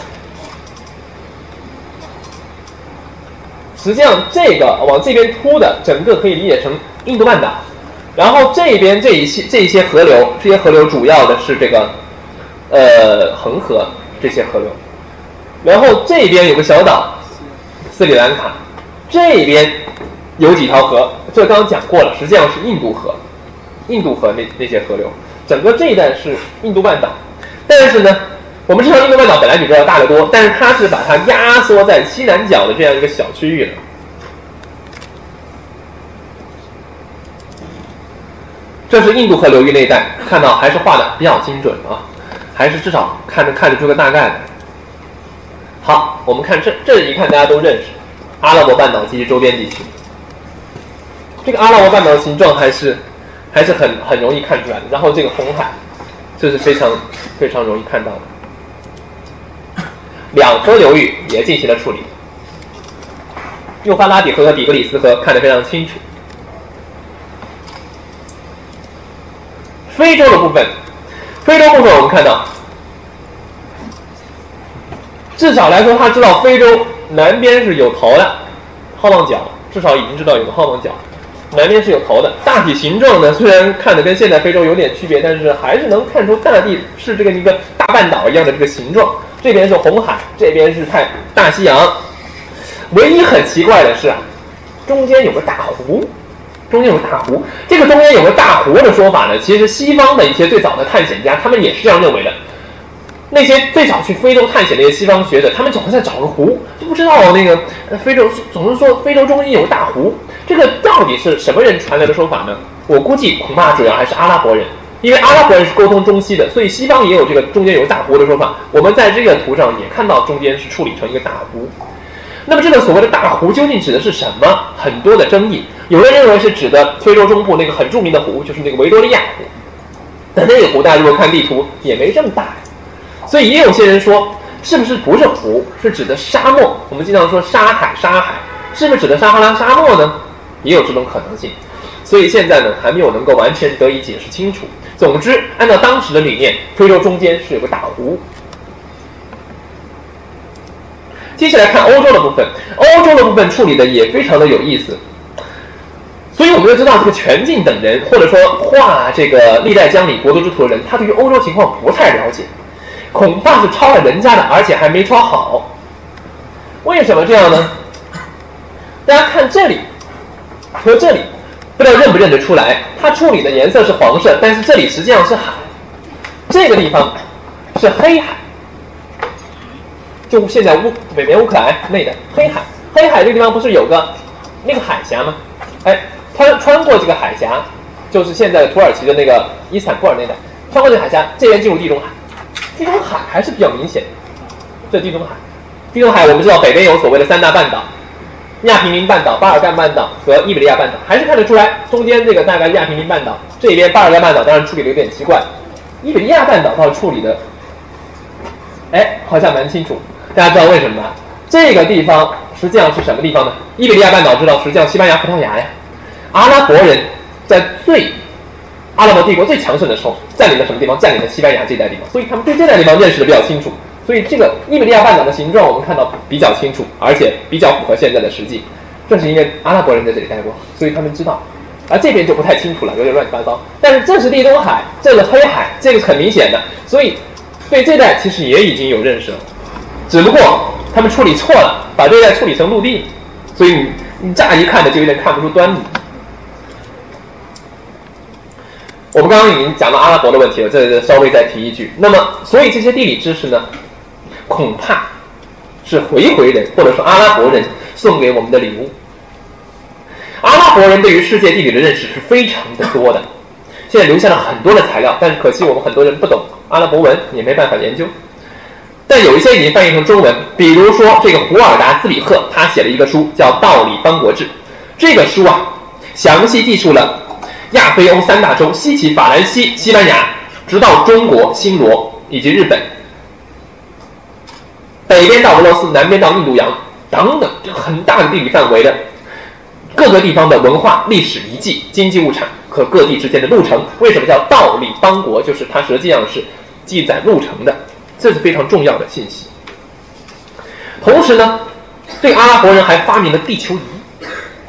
实际上，这个往这边凸的，整个可以理解成印度半岛。然后这边这一些这一些河流，这些河流主要的是这个，呃，恒河这些河流。然后这边有个小岛，斯里兰卡，这边有几条河，这刚刚讲过了，实际上是印度河，印度河那那些河流，整个这一带是印度半岛。但是呢， 我们知道印度半岛本来比这要大得多，但是它是把它压缩在西南角的这样一个小区域的。这是印度河流域那一带，看到还是画的比较精准啊，还是至少看着看得出个大概的。好，我们看这这一看大家都认识，阿拉伯半岛及其周边地区。这个阿拉伯半岛的形状还是还是很很容易看出来的。然后这个红海，这是非常非常容易看到的。两河流域也进行了处理，幼发拉底河和底格里斯河看得非常清楚。非洲的部分，非洲部分我们看到，至少来说，他知道非洲南边是有头的好望角，至少已经知道有个好望角，南边是有头的。大体形状呢，虽然看得跟现在非洲有点区别，但是还是能看出大地是这个一个大半岛一样的这个形状。这边是红海，这边是太大西洋。唯一很奇怪的是啊，中间有个大湖。中间有个大湖，这个中间有个大湖的说法呢，其实西方的一些最早的探险家，他们也是这样认为的。那些最早去非洲探险的一些西方学者，他们总是在找个湖，就不知道那个非洲总是说非洲中间有个大湖，这个到底是什么人传来的说法呢？我估计恐怕主要还是阿拉伯人，因为阿拉伯人是沟通中西的，所以西方也有这个中间有个大湖的说法。我们在这个图上也看到中间是处理成一个大湖。那么这个所谓的大湖究竟指的是什么？很多的争议。有人认为是指的非洲中部那个很著名的湖，就是那个维多利亚湖。但那个湖大家如果看地图也没这么大，所以也有些人说，是不是不是湖，是指的沙漠？我们经常说沙海、沙海，是不是指的撒哈拉沙漠呢？也有这种可能性。所以现在呢，还没有能够完全得以解释清楚。总之，按照当时的理念，非洲中间是有个大湖。接下来看欧洲的部分，欧洲的部分处理的也非常的有意思，所以我们就知道这个全晋等人，或者说画这个历代疆里国都之图的人，他对于欧洲情况不太了解，恐怕是抄了人家的，而且还没抄好。为什么这样呢？大家看这里和这里，不知道认不认得出来，它处理的颜色是黄色，但是这里实际上是海，这个地方是黑海。就现在乌北边乌克兰那的黑海，黑海这个地方不是有个那个海峡吗？哎，穿穿过这个海峡，就是现在土耳其的那个伊斯坦布尔那带，穿过这个海峡，这边进入地中海，地中海还是比较明显。这地中海，地中海我们知道北边有所谓的三大半岛，亚平宁半岛、巴尔干半岛和伊比利亚半岛，还是看得出来，中间这个大概亚平宁半岛，这边巴尔干半岛当然处理的有点奇怪，伊比利亚半岛倒是处理的，哎，好像蛮清楚。大家知道为什么吗？这个地方实际上是什么地方呢？伊比利亚半岛知道，实际上西班牙、葡萄牙呀。阿拉伯人在最阿拉伯帝国最强盛的时候，占领了什么地方？占领了西班牙这带地方，所以他们对这带地方认识的比较清楚。所以这个伊比利亚半岛的形状我们看到比较清楚，而且比较符合现在的实际。正是因为阿拉伯人在这里待过，所以他们知道。而这边就不太清楚了，有点乱七八糟。但是这是地中海，这个黑海，这个是很明显的，所以对这带其实也已经有认识了。只不过他们处理错了，把这带处理成陆地，所以你你乍一看的就有点看不出端倪。我们刚刚已经讲到阿拉伯的问题了，这里稍微再提一句。那么，所以这些地理知识呢，恐怕是回回人或者说阿拉伯人送给我们的礼物。阿拉伯人对于世界地理的认识是非常的多的，现在留下了很多的材料，但是可惜我们很多人不懂阿拉伯文，也没办法研究。但有一些已经翻译成中文，比如说这个胡尔达兹里赫，他写了一个书叫《道理邦国志》。这个书啊，详细记述了亚非欧三大洲，西起法兰西、西班牙，直到中国、新罗以及日本，北边到俄罗斯，南边到印度洋等等，这很大的地理范围的各个地方的文化、历史遗迹、经济物产和各地之间的路程。为什么叫道理邦国？就是它实际上是记载路程的。这是非常重要的信息。同时呢，对阿拉伯人还发明了地球仪。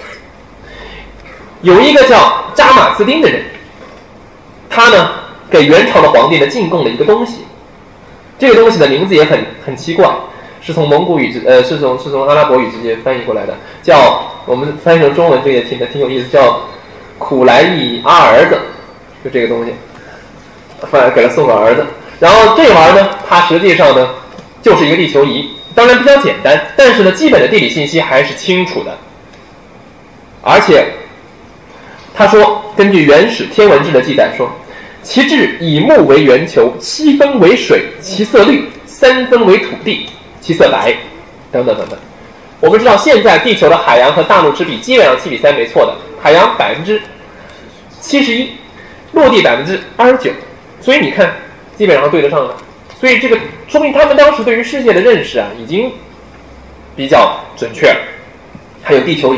有一个叫扎马兹丁的人，他呢给元朝的皇帝呢进贡了一个东西，这个东西的名字也很很奇怪，是从蒙古语之呃是从是从阿拉伯语直接翻译过来的，叫我们翻译成中文这个也挺的挺有意思，叫苦莱伊阿儿子，就这个东西，反而给他送个儿子。 然后这玩意儿呢，它实际上呢就是一个地球仪，当然比较简单，但是呢基本的地理信息还是清楚的。而且他说，根据《原始天文志》的记载说，其质以木为圆球，七分为水，其色绿；三分为土地，其色白，等等等等。我们知道，现在地球的海洋和大陆之比基本上七比三没错的，海洋百分之七十一，陆地百分之二十九，所以你看，基本上对得上了。所以这个说明他们当时对于世界的认识啊，已经比较准确了。还有地球仪。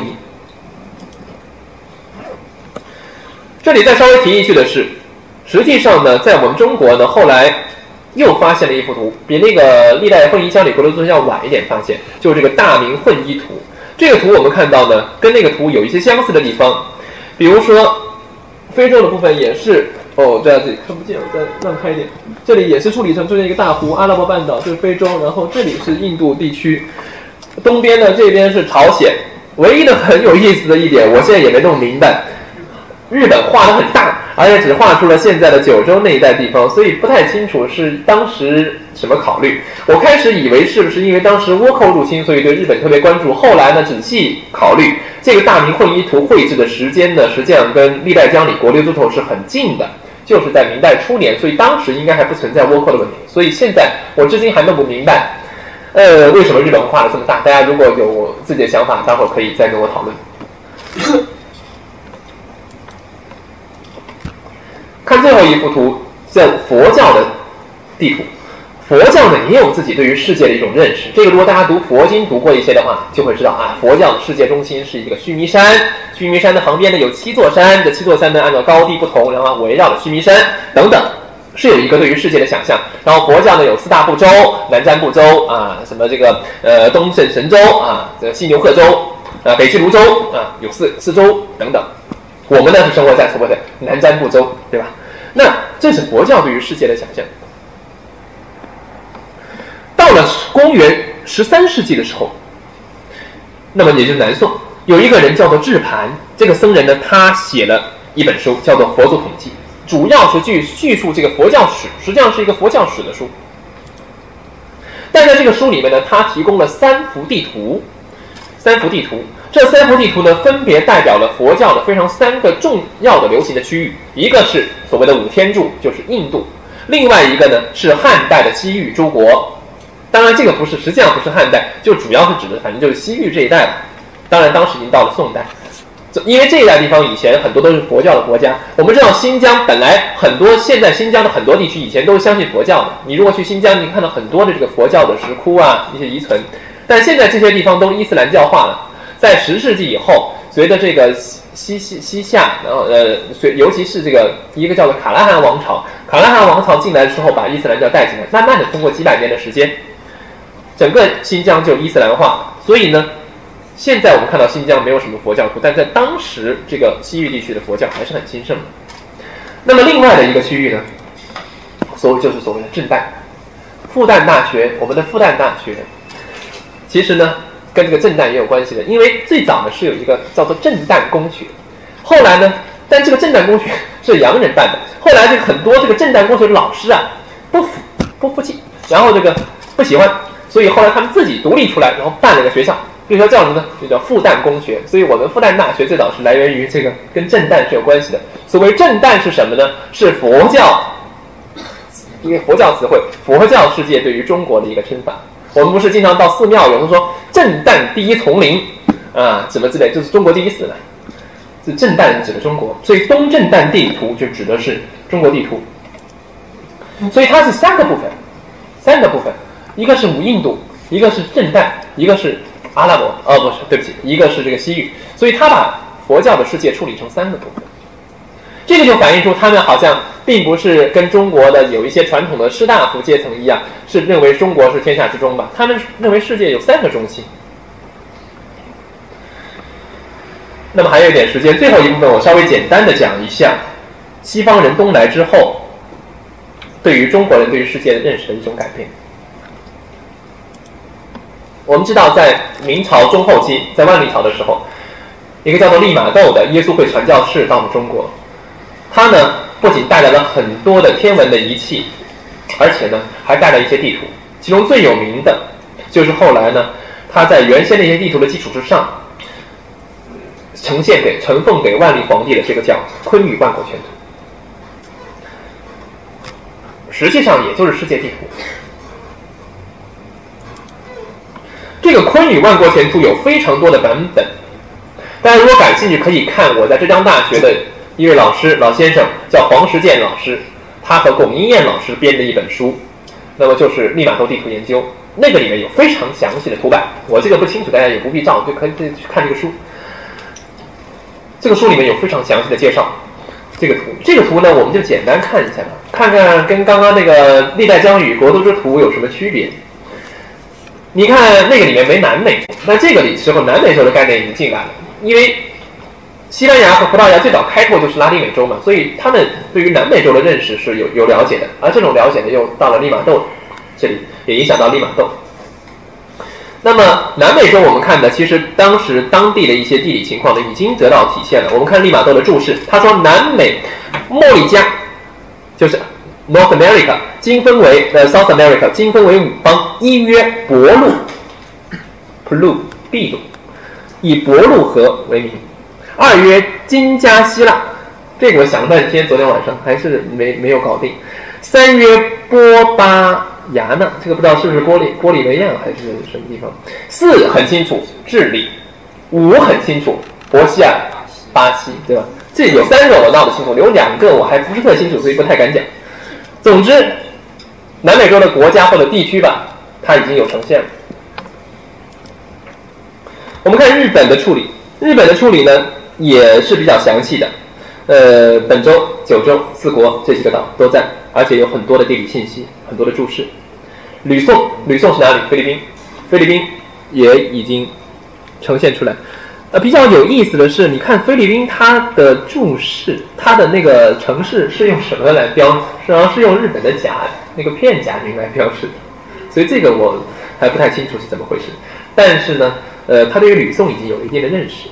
这里再稍微提一句的是，实际上呢，在我们中国呢，后来又发现了一幅图，比那个历代混移江里国的图要晚一点发现，就是这个大明混移图。这个图我们看到呢，跟那个图有一些相似的地方，比如说非洲的部分也是，哦，这样子看不见，我再让开一点。这里也是处理成出现一个大湖，阿拉伯半岛这是非洲，然后这里是印度地区，东边呢这边是朝鲜。唯一的很有意思的一点，我现在也没弄明白。日本画得很大，而且只画出了现在的九州那一带地方，所以不太清楚是当时什么考虑。我开始以为是不是因为当时倭寇入侵，所以对日本特别关注。后来呢，仔细考虑，这个大明混移图绘制的时间呢，实际上跟历代江里国刘族头是很近的，就是在明代初年，所以当时应该还不存在倭寇的问题。所以现在我至今还弄不明白，呃，为什么日本画得这么大？大家如果有自己的想法，待会儿可以再跟我讨论。看最后一幅图，叫佛教的地图。佛教呢也有自己对于世界的一种认识。这个如果大家读佛经读过一些的话，就会知道啊，佛教的世界中心是一个须弥山，须弥山的旁边呢有七座山，这七座山呢按照高低不同，然后围绕着须弥山等等，是有一个对于世界的想象。然后佛教呢有四大部洲，南瞻部洲啊，什么这个呃东胜神州啊，这个西牛贺州啊，北俱泸州啊，有四四州等等。我们呢是生活在所谓的南瞻部洲，对吧？那这是佛教对于世界的想象。到了公元十三世纪的时候，那么也就是南宋，有一个人叫做智盘，这个僧人呢，他写了一本书，叫做《佛祖统记》，主要是去叙述这个佛教史，实际上是一个佛教史的书。但在这个书里面呢，他提供了三幅地图，三幅地图。这三幅地图呢，分别代表了佛教的非常三个重要的流行的区域，一个是所谓的五天柱，就是印度；另外一个呢是汉代的西域诸国。当然，这个不是，实际上不是汉代，就主要是指的，反正就是西域这一带了。当然，当时已经到了宋代，因为这一带地方以前很多都是佛教的国家。我们知道新疆本来很多，现在新疆的很多地区以前都是相信佛教的。你如果去新疆，你看到很多的这个佛教的石窟啊，一些遗存，但现在这些地方都伊斯兰教化了。在十世纪以后，随着这个西西西夏，然后呃，随尤其是这个一个叫做卡拉汗王朝，卡拉汗王朝进来之后，把伊斯兰教带进来，慢慢的通过几百年的时间，整个新疆就伊斯兰化。所以呢，现在我们看到新疆没有什么佛教徒，但在当时这个西域地区的佛教还是很兴盛的。那么另外的一个区域呢，所谓就是所谓的震旦，复旦大学，我们的复旦大学，其实呢。跟这个震旦也有关系的，因为最早呢是有一个叫做震旦公学，后来呢，但这个震旦公学是洋人办的，后来这个很多这个震旦公学的老师啊不服不服气，然后这个不喜欢，所以后来他们自己独立出来，然后办了一个学校，这个学校叫什么呢？就叫复旦公学。所以我们复旦大学最早是来源于这个，跟震旦是有关系的。所谓震旦是什么呢？是佛教，因为佛教词汇，佛教世界对于中国的一个称法。我们不是经常到寺庙，有人说震旦第一丛林啊，什么之类，就是中国第一寺呢。这震旦指的中国，所以东震旦地图就指的是中国地图。所以它是三个部分，三个部分，一个是五印度，一个是震旦，一个是阿拉伯，哦不是，对不起，一个是这个西域。所以它把佛教的世界处理成三个部分。这个就反映出他们好像并不是跟中国的有一些传统的士大夫阶层一样，是认为中国是天下之中吧？他们认为世界有三个中心。那么还有一点时间，最后一部分我稍微简单的讲一下西方人东来之后对于中国人对于世界的认识的一种改变。我们知道在明朝中后期，在万历朝的时候，一个叫做利玛窦的耶稣会传教士到了中国，他呢不仅带来了很多的天文的仪器， 而且呢还带了一些地图，其中最有名的就是后来呢他在原先的一些地图的基础之上，呈现给呈奉给万历皇帝的这个叫昆宇万国全图，实际上也就是世界地图。这个昆宇万国全图有非常多的版本，大家如果感兴趣可以看我在浙江大学的一位老师老先生叫黄实践老师，他和龚英燕老师编的一本书，那么就是利玛窦地图研究，那个里面有非常详细的图版，我这个不清楚，大家也不必照，就可以去看这个书。这个书里面有非常详细的介绍这个图，这个图呢我们就简单看一下吧，看看跟刚刚那个历代疆域国都之图有什么区别。你看那个里面没南美洲，那这个里时候南美洲的概念已经进来了，因为西班牙和葡萄牙最早开拓就是拉丁美洲嘛，所以他们对于南美洲的认识是有有了解的，而这种了解呢又到了利玛窦这里，也影响到利玛窦。那么南美洲我们看的其实当时当地的一些地理情况呢已经得到体现了。我们看利玛窦的注释，他说南美莫里加就是 North America 今分为呃 South America 今分为五邦，一曰博路 Plu 秘鲁，以博路河为名；二曰金加希腊，这个我想了半天，昨天晚上还是没没有搞定；三曰波巴亚纳，这个不知道是不是玻利玻利维亚还是什么地方。四很清楚，智利。五很清楚，博西亚巴西，对吧？这有三个我闹得清楚，有两个我还不是特清楚，所以不太敢讲。总之，南美洲的国家或者地区吧，它已经有呈现了。我们看日本的处理，日本的处理呢也是比较详细的。呃，本州、九州、四国这几个岛都在，而且有很多的地理信息，很多的注释。吕宋，吕宋是哪里？菲律宾，菲律宾也已经呈现出来。呃，比较有意思的是，你看菲律宾它的注释，它的那个城市是用什么来标？实际上是用日本的甲那个片假名来标示的，所以这个我还不太清楚是怎么回事。但是呢，呃，他对于吕宋已经有一定的认识。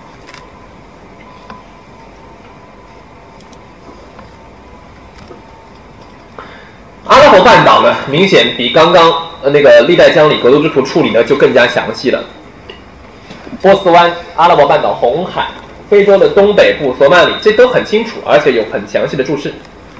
阿拉伯半岛呢，明显比刚刚呃那个历代疆理国都之图处理呢就更加详细了。波斯湾、阿拉伯半岛、红海、非洲的东北部、索马里，这都很清楚，而且有很详细的注释。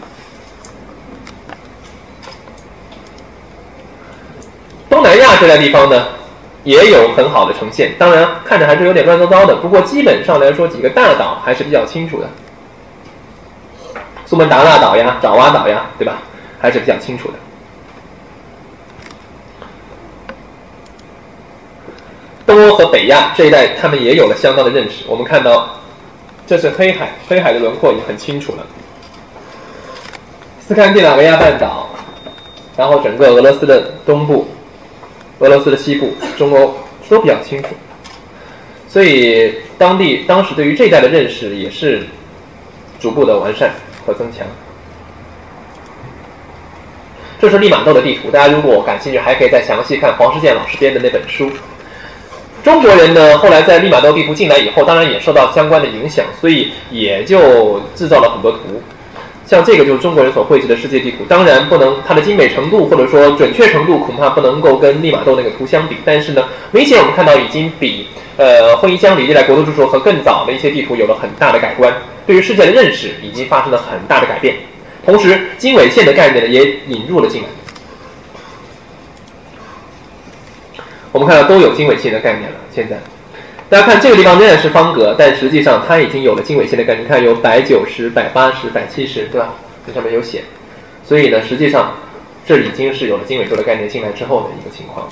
东南亚这带地方呢，也有很好的呈现，当然看着还是有点乱糟糟的，不过基本上来说，几个大岛还是比较清楚的。苏门答腊岛呀、爪哇岛呀，对吧？还是比较清楚的。东欧和北亚这一带，他们也有了相当的认识。我们看到，这是黑海，黑海的轮廓也很清楚了。斯堪的纳维亚半岛，然后整个俄罗斯的东部、俄罗斯的西部、中欧都比较清楚。所以，当地当时对于这一带的认识也是逐步的完善和增强。这是利玛窦的地图，大家如果感兴趣，还可以再详细看黄实践老师编的那本书。中国人呢，后来在利玛窦地图进来以后，当然也受到相关的影响，所以也就制造了很多图。像这个就是中国人所绘制的世界地图，当然不能它的精美程度或者说准确程度恐怕不能够跟利玛窦那个图相比，但是呢，明显我们看到已经比呃婚姻乡里历来国都之说和更早的一些地图有了很大的改观，对于世界的认识已经发生了很大的改变。同时，经纬线的概念呢也引入了进来。我们看到都有经纬线的概念了。现在，大家看这个地方仍然是方格，但实际上它已经有了经纬线的概念。你看有百九十、百八十、百七十，对吧？这上面有写。所以呢，实际上这已经是有了经纬度的概念进来之后的一个情况。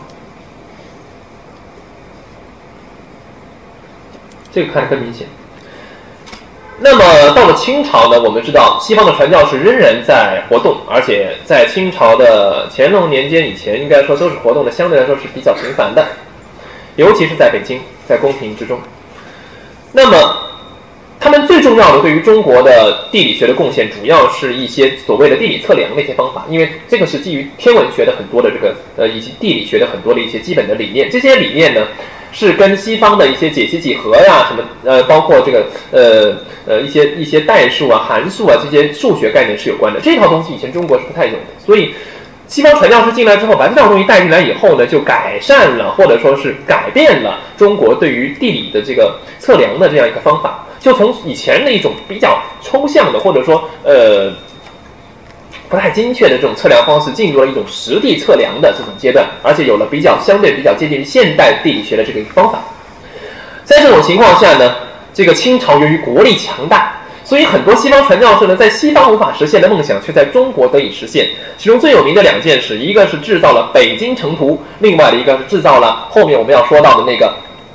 这个看得更明显。那么到了清朝呢，我们知道西方的传教士仍然在活动，而且在清朝的乾隆年间以前，应该说都是活动的相对来说是比较频繁的，尤其是在北京，在宫廷之中。那么他们最重要的对于中国的地理学的贡献，主要是一些所谓的地理测量的一些方法，因为这个是基于天文学的很多的这个呃以及地理学的很多的一些基本的理念。这些理念呢， 是跟西方的一些解析几何呀、什么呃，包括这个呃呃一些一些代数啊、函数啊这些数学概念是有关的。这套东西以前中国是不太有的，所以西方传教士进来之后，把这套东西带进来以后呢，就改善了或者说是改变了中国对于地理的这个测量的这样一个方法，就从以前的一种比较抽象的或者说呃不太精确的这种测量方式，进入了一种实地测量的这种阶段，而且有了比较相对比较接近于现代地理学的这个方法。在这种情况下呢，这个清朝由于国力强大，所以很多西方传教士呢，在西方无法实现的梦想，却在中国得以实现。其中最有名的两件事，一个是制造了北京城图，另外的一个是制造了后面我们要说到的那个，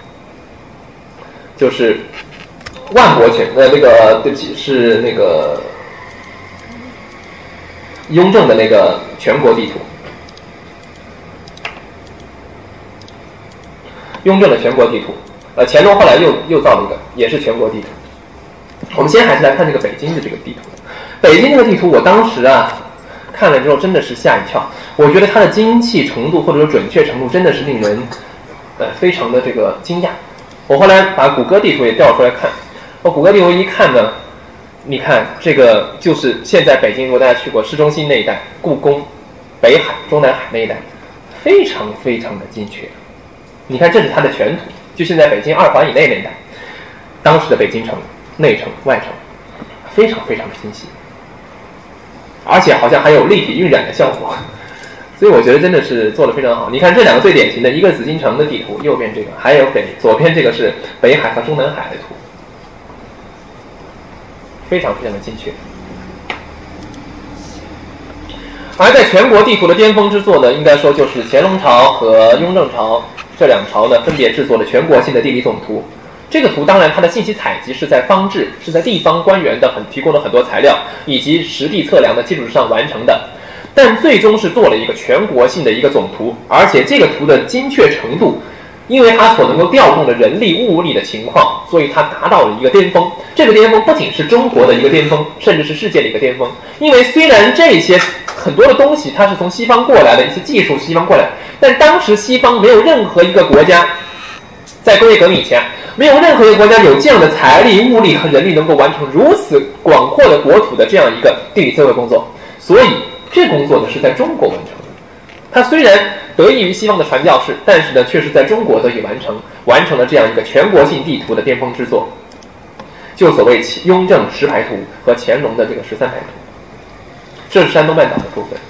就是万国全呃那个对不起是那个雍正的那个全国地图。雍正的全国地图，呃，乾隆后来又又造了一个，也是全国地图。我们先还是来看这个北京的这个地图。北京这个地图，我当时啊看了之后真的是吓一跳。我觉得它的精细程度或者说准确程度真的是令人呃非常的这个惊讶。我后来把谷歌地图也调出来看，我谷歌地图一看呢，你看这个就是现在北京，如果大家去过市中心那一带，故宫、北海、中南海那一带，非常非常的精确。你看这是它的全图，就现在北京二环以内那一带，当时的北京城内城外城非常非常的清晰，而且好像还有立体晕染的效果，所以我觉得真的是做得非常好。你看这两个最典型的，一个紫禁城的地图，右边这个，还有北左边这个是北海和中南海的图，非常非常的精确。而在全国地图的巅峰之作呢，应该说就是乾隆朝和雍正朝这两朝呢，分别制作了全国性的地理总图。这个图当然它的信息采集是在方志，是在地方官员的很提供了很多材料以及实地测量的基础上完成的，但最终是做了一个全国性的一个总图，而且这个图的精确程度，因为它所能够调动的人力物力的情况，所以它达到了一个巅峰。这个巅峰不仅是中国的一个巅峰，甚至是世界的一个巅峰。因为虽然这些很多的东西它是从西方过来的，一些技术西方过来，但当时西方没有任何一个国家在工业革命以前，没有任何一个国家有这样的财力、物力和人力能够完成如此广阔的国土的这样一个地理测绘工作，所以这工作呢是在中国完成的。它虽然得益于西方的传教士，但是呢却是在中国得以完成，完成了这样一个全国性地图的巅峰之作，就所谓雍正十排图和乾隆的这个十三排图。这是山东半岛的部分，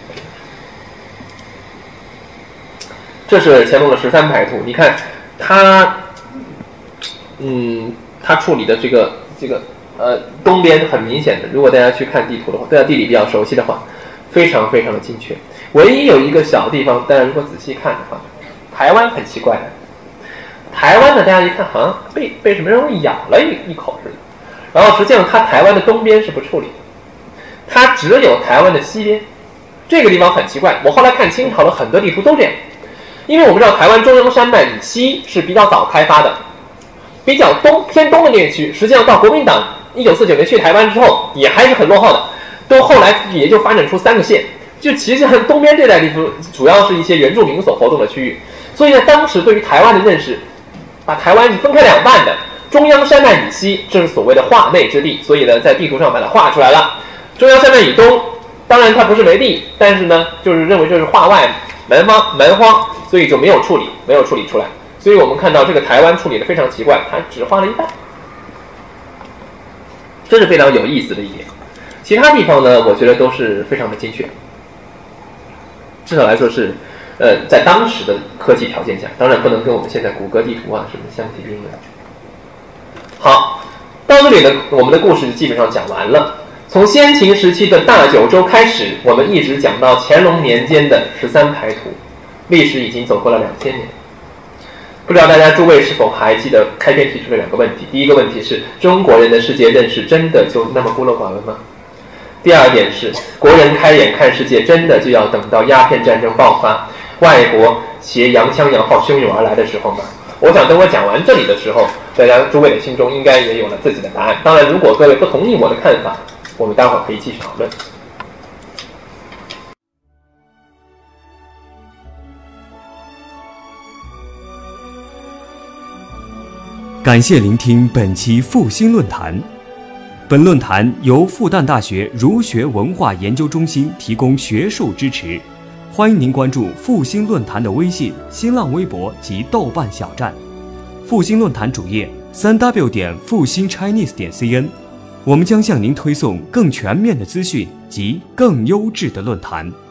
这是乾隆的十三排图。你看它嗯，它处理的这个这个呃东边很明显的，如果大家去看地图的话，对地理比较熟悉的话，非常非常的精确。唯一有一个小地方，大家如果仔细看的话，台湾很奇怪的，台湾呢大家一看好像被被什么人咬了一一口似的，然后实际上它台湾的东边是不处理的，它只有台湾的西边，这个地方很奇怪。我后来看清朝的很多地图都这样，因为我们知道台湾中央山脉以西是比较早开发的。比较东偏东的那个区，实际上到国民党一九四九年去台湾之后，也还是很落后的，都后来也就发展出三个县。就其实上东边这带地方主要是一些原住民所活动的区域，所以呢，当时对于台湾的认识，把台湾分开两半的，中央山脉以西，这是所谓的划内之地，所以呢，在地图上把它画出来了。中央山脉以东，当然它不是没地，但是呢，就是认为这是划外蛮荒蛮荒，所以就没有处理，没有处理出来。所以我们看到这个台湾处理的非常奇怪，它只画了一半，这是非常有意思的一点。其他地方呢，我觉得都是非常的精确，至少来说是，呃，在当时的科技条件下，当然不能跟我们现在谷歌地图啊什么相提并论。好，到这里呢，我们的故事就基本上讲完了。从先秦时期的大九州开始，我们一直讲到乾隆年间的十三排图，历史已经走过了两千年。不知道大家诸位是否还记得开篇提出的两个问题？第一个问题是中国人的世界认识真的就那么孤陋寡闻吗？第二点是国人开眼看世界真的就要等到鸦片战争爆发，外国携洋枪洋炮汹涌而来的时候吗？我想等我讲完这里的时候，大家诸位的心中应该也有了自己的答案。当然，如果各位不同意我的看法，我们待会儿可以继续讨论。 感谢聆听本期复兴论坛。本论坛由复旦大学儒学文化研究中心提供学术支持，欢迎您关注复兴论坛的微信、新浪微博及豆瓣小站。复兴论坛主页三 w 点复兴 Chinese 点 cn， 我们将向您推送更全面的资讯及更优质的论坛。